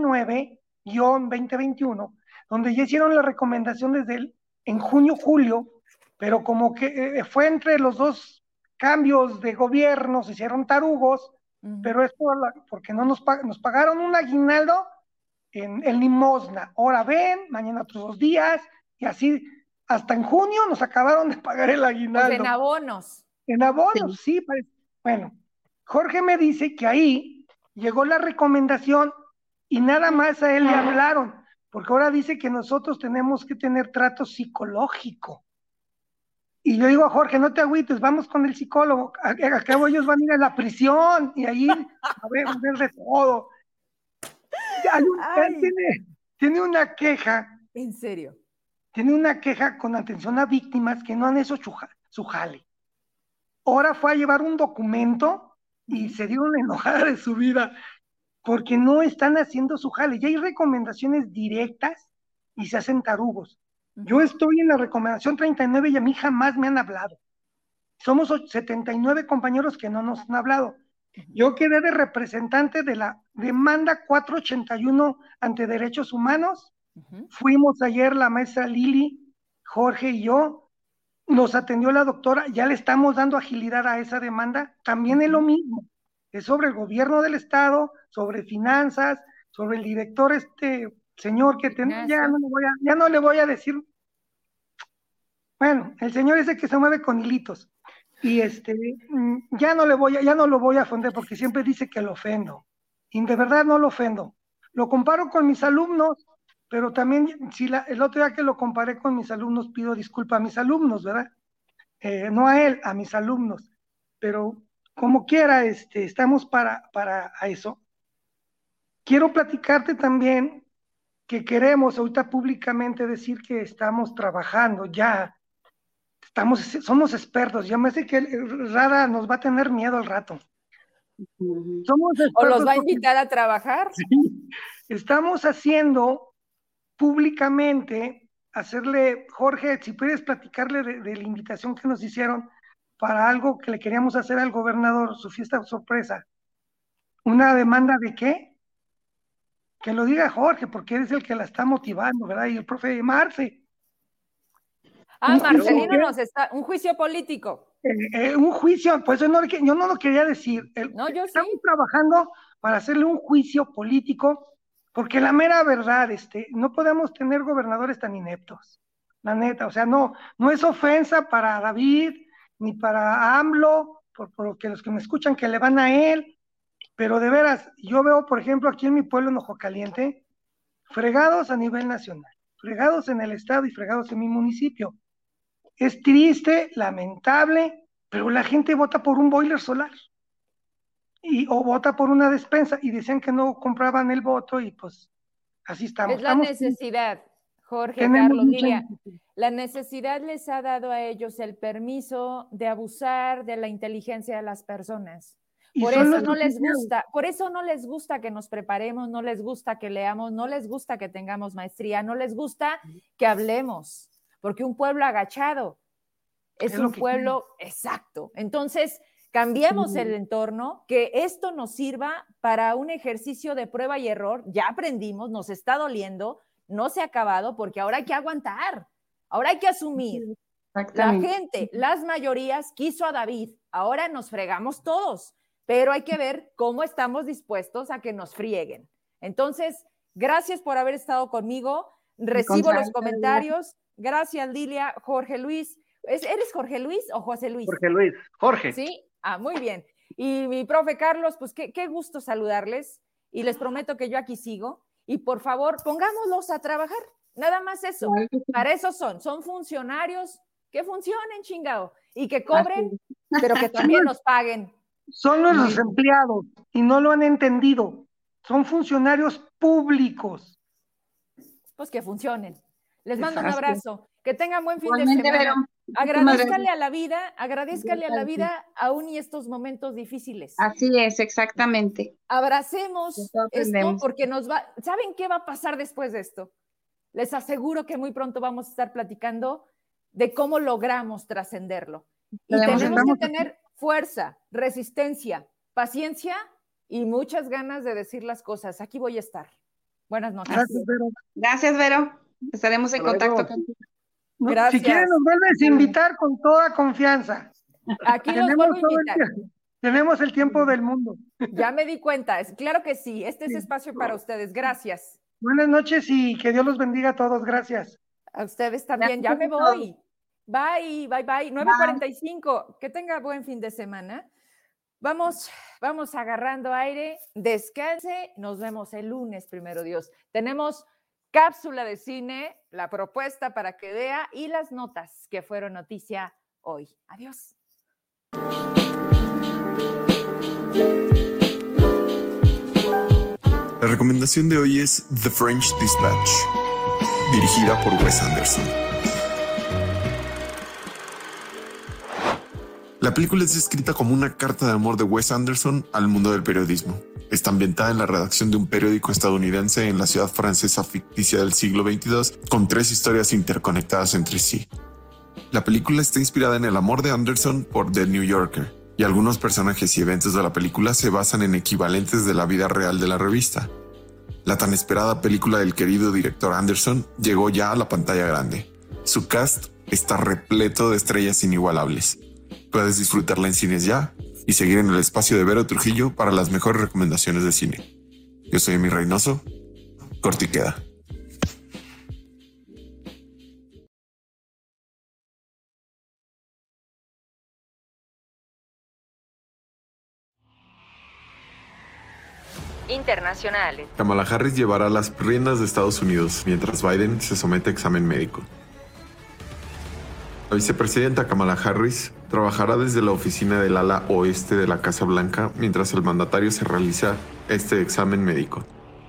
39-2021, donde ya hicieron la recomendación en junio, julio, pero como que fue entre los dos cambios de gobierno, se hicieron tarugos, pero es porque no nos pagaron un aguinaldo en limosna. Ahora ven, mañana otros 2 días, y así hasta en junio nos acabaron de pagar el aguinaldo. Pues en abonos. En abonos, sí. Bueno, Jorge me dice que ahí llegó la recomendación y nada más a él le hablaron, porque ahora dice que nosotros tenemos que tener trato psicológico. Y yo digo a Jorge, no te agüites, vamos con el psicólogo, acabo ellos van a ir a la prisión y ahí a ver de todo. Tiene una queja. ¿En serio? Tiene una queja con atención a víctimas que no han hecho su jale. ahora fue a llevar un documento y se dio una enojada de su vida porque no están haciendo su jale. Ya hay recomendaciones directas y se hacen tarugos. Yo estoy en la recomendación 39 y a mí jamás me han hablado. Somos 79 compañeros que no nos han hablado. Yo quedé de representante de la demanda 481 ante derechos humanos. Fuimos ayer la maestra Lili, Jorge y yo. Nos atendió la doctora. Ya le estamos dando agilidad a esa demanda. También es lo mismo. Es sobre el gobierno del estado, sobre finanzas, sobre el director señor que ya no le voy a decir. Bueno, el señor ese que se mueve con hilitos. Y ya no lo voy a ofender porque siempre dice que lo ofendo. Y de verdad no lo ofendo. Lo comparo con mis alumnos, pero también el otro día que lo comparé con mis alumnos, pido disculpa a mis alumnos, ¿verdad? No a él, a mis alumnos. Pero como quiera, estamos para eso. Quiero platicarte también que queremos ahorita públicamente decir que estamos trabajando ya. Somos expertos. Ya me sé que Rada nos va a tener miedo al rato. ¿O los va a invitar a trabajar? Sí, estamos haciendo públicamente, Jorge, si puedes platicarle de la invitación que nos hicieron para algo que le queríamos hacer al gobernador, su fiesta sorpresa. ¿Una demanda de qué? Que lo diga Jorge, porque él es el que la está motivando, ¿verdad? Y el profe Marce. Marcelino un juicio político. Un juicio, pues yo no lo quería decir. Estamos trabajando para hacerle un juicio político, porque la mera verdad, no podemos tener gobernadores tan ineptos. La neta, o sea, no es ofensa para David, ni para AMLO, porque los que me escuchan que le van a él, pero de veras, yo veo, por ejemplo, aquí en mi pueblo, en Ojo Caliente, fregados a nivel nacional, fregados en el estado y fregados en mi municipio. Es triste, lamentable, pero la gente vota por un boiler solar o vota por una despensa y decían que no compraban el voto y pues así estamos. Es la necesidad, Jorge, Carlos, Lilia. La necesidad les ha dado a ellos el permiso de abusar de la inteligencia de las personas. Por eso no les gusta que nos preparemos, no les gusta que leamos, no les gusta que tengamos maestría, no les gusta que hablemos. Porque un pueblo agachado es un pueblo exacto. Entonces, cambiemos el entorno, que esto nos sirva para un ejercicio de prueba y error. Ya aprendimos, nos está doliendo, no se ha acabado, porque ahora hay que aguantar, ahora hay que asumir. La gente, las mayorías, quiso a David, ahora nos fregamos todos, pero hay que ver cómo estamos dispuestos a que nos frieguen. Entonces, gracias por haber estado conmigo, recibo los comentarios. Gracias, Lilia. Jorge Luis. ¿Eres Jorge Luis o José Luis? Jorge Luis. Jorge. Sí, muy bien. Y mi profe Carlos, pues qué gusto saludarles y les prometo que yo aquí sigo y por favor pongámoslos a trabajar, nada más eso. Para eso son funcionarios que funcionen, chingado, y que cobren, pero que también nos paguen. Son los empleados y no lo han entendido. Son funcionarios públicos. Pues que funcionen. Les mando un abrazo. Que tengan buen fin de semana. Agradézcale a la vida aún y estos momentos difíciles. Así es, exactamente. Abracemos esto porque ¿saben qué va a pasar después de esto? Les aseguro que muy pronto vamos a estar platicando de cómo logramos trascenderlo. Y tenemos que tener fuerza, resistencia, paciencia y muchas ganas de decir las cosas. Aquí voy a estar. Buenas noches. Gracias, Vero. Estaremos en contacto contigo. Gracias. Si quieren, nos vuelves a invitar con toda confianza. Aquí los vuelvo a invitar. Tenemos el tiempo del mundo. Ya me di cuenta. Claro que sí. Este es espacio para ustedes. Gracias. Buenas noches y que Dios los bendiga a todos. Gracias. A ustedes también. Ya me voy. Bye. 9:45. Que tenga buen fin de semana. Vamos agarrando aire. Descanse. Nos vemos el lunes, primero Dios. Tenemos cápsula de cine, la propuesta para que vea y las notas que fueron noticia hoy. Adiós. La recomendación de hoy es The French Dispatch, dirigida por Wes Anderson. La película es descrita como una carta de amor de Wes Anderson al mundo del periodismo. Está ambientada en la redacción de un periódico estadounidense en la ciudad francesa ficticia del siglo XXII, con 3 historias interconectadas entre sí. La película está inspirada en el amor de Anderson por The New Yorker, y algunos personajes y eventos de la película se basan en equivalentes de la vida real de la revista. La tan esperada película del querido director Anderson llegó ya a la pantalla grande. Su cast está repleto de estrellas inigualables. Puedes disfrutarla en cines ya y seguir en el espacio de Vero Trujillo para las mejores recomendaciones de cine. Yo soy Emi Reynoso. Corte y queda. Internacionales. Kamala Harris llevará las riendas de Estados Unidos mientras Biden se somete a examen médico. La vicepresidenta Kamala Harris trabajará desde la oficina del ala oeste de la Casa Blanca mientras el mandatario se realiza este examen médico.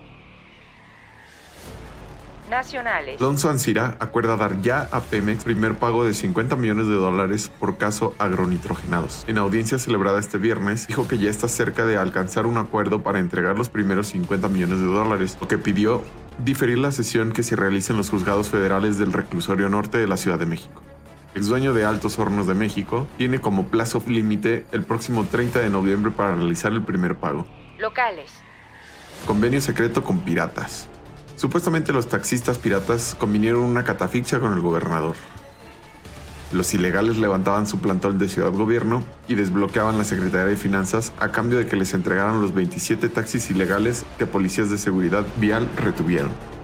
Nacionales. Alonso Ancira acuerda dar ya a Pemex primer pago de $50 millones por caso agronitrogenados. En audiencia celebrada este viernes, dijo que ya está cerca de alcanzar un acuerdo para entregar los primeros $50 millones, lo que pidió diferir la sesión que se realiza en los juzgados federales del reclusorio norte de la Ciudad de México. El dueño de Altos Hornos de México tiene como plazo límite el próximo 30 de noviembre para realizar el primer pago. Locales. Convenio secreto con piratas. Supuestamente los taxistas piratas convinieron una catafixia con el gobernador. Los ilegales levantaban su plantón de Ciudad Gobierno y desbloqueaban la Secretaría de Finanzas a cambio de que les entregaran los 27 taxis ilegales que policías de seguridad vial retuvieron.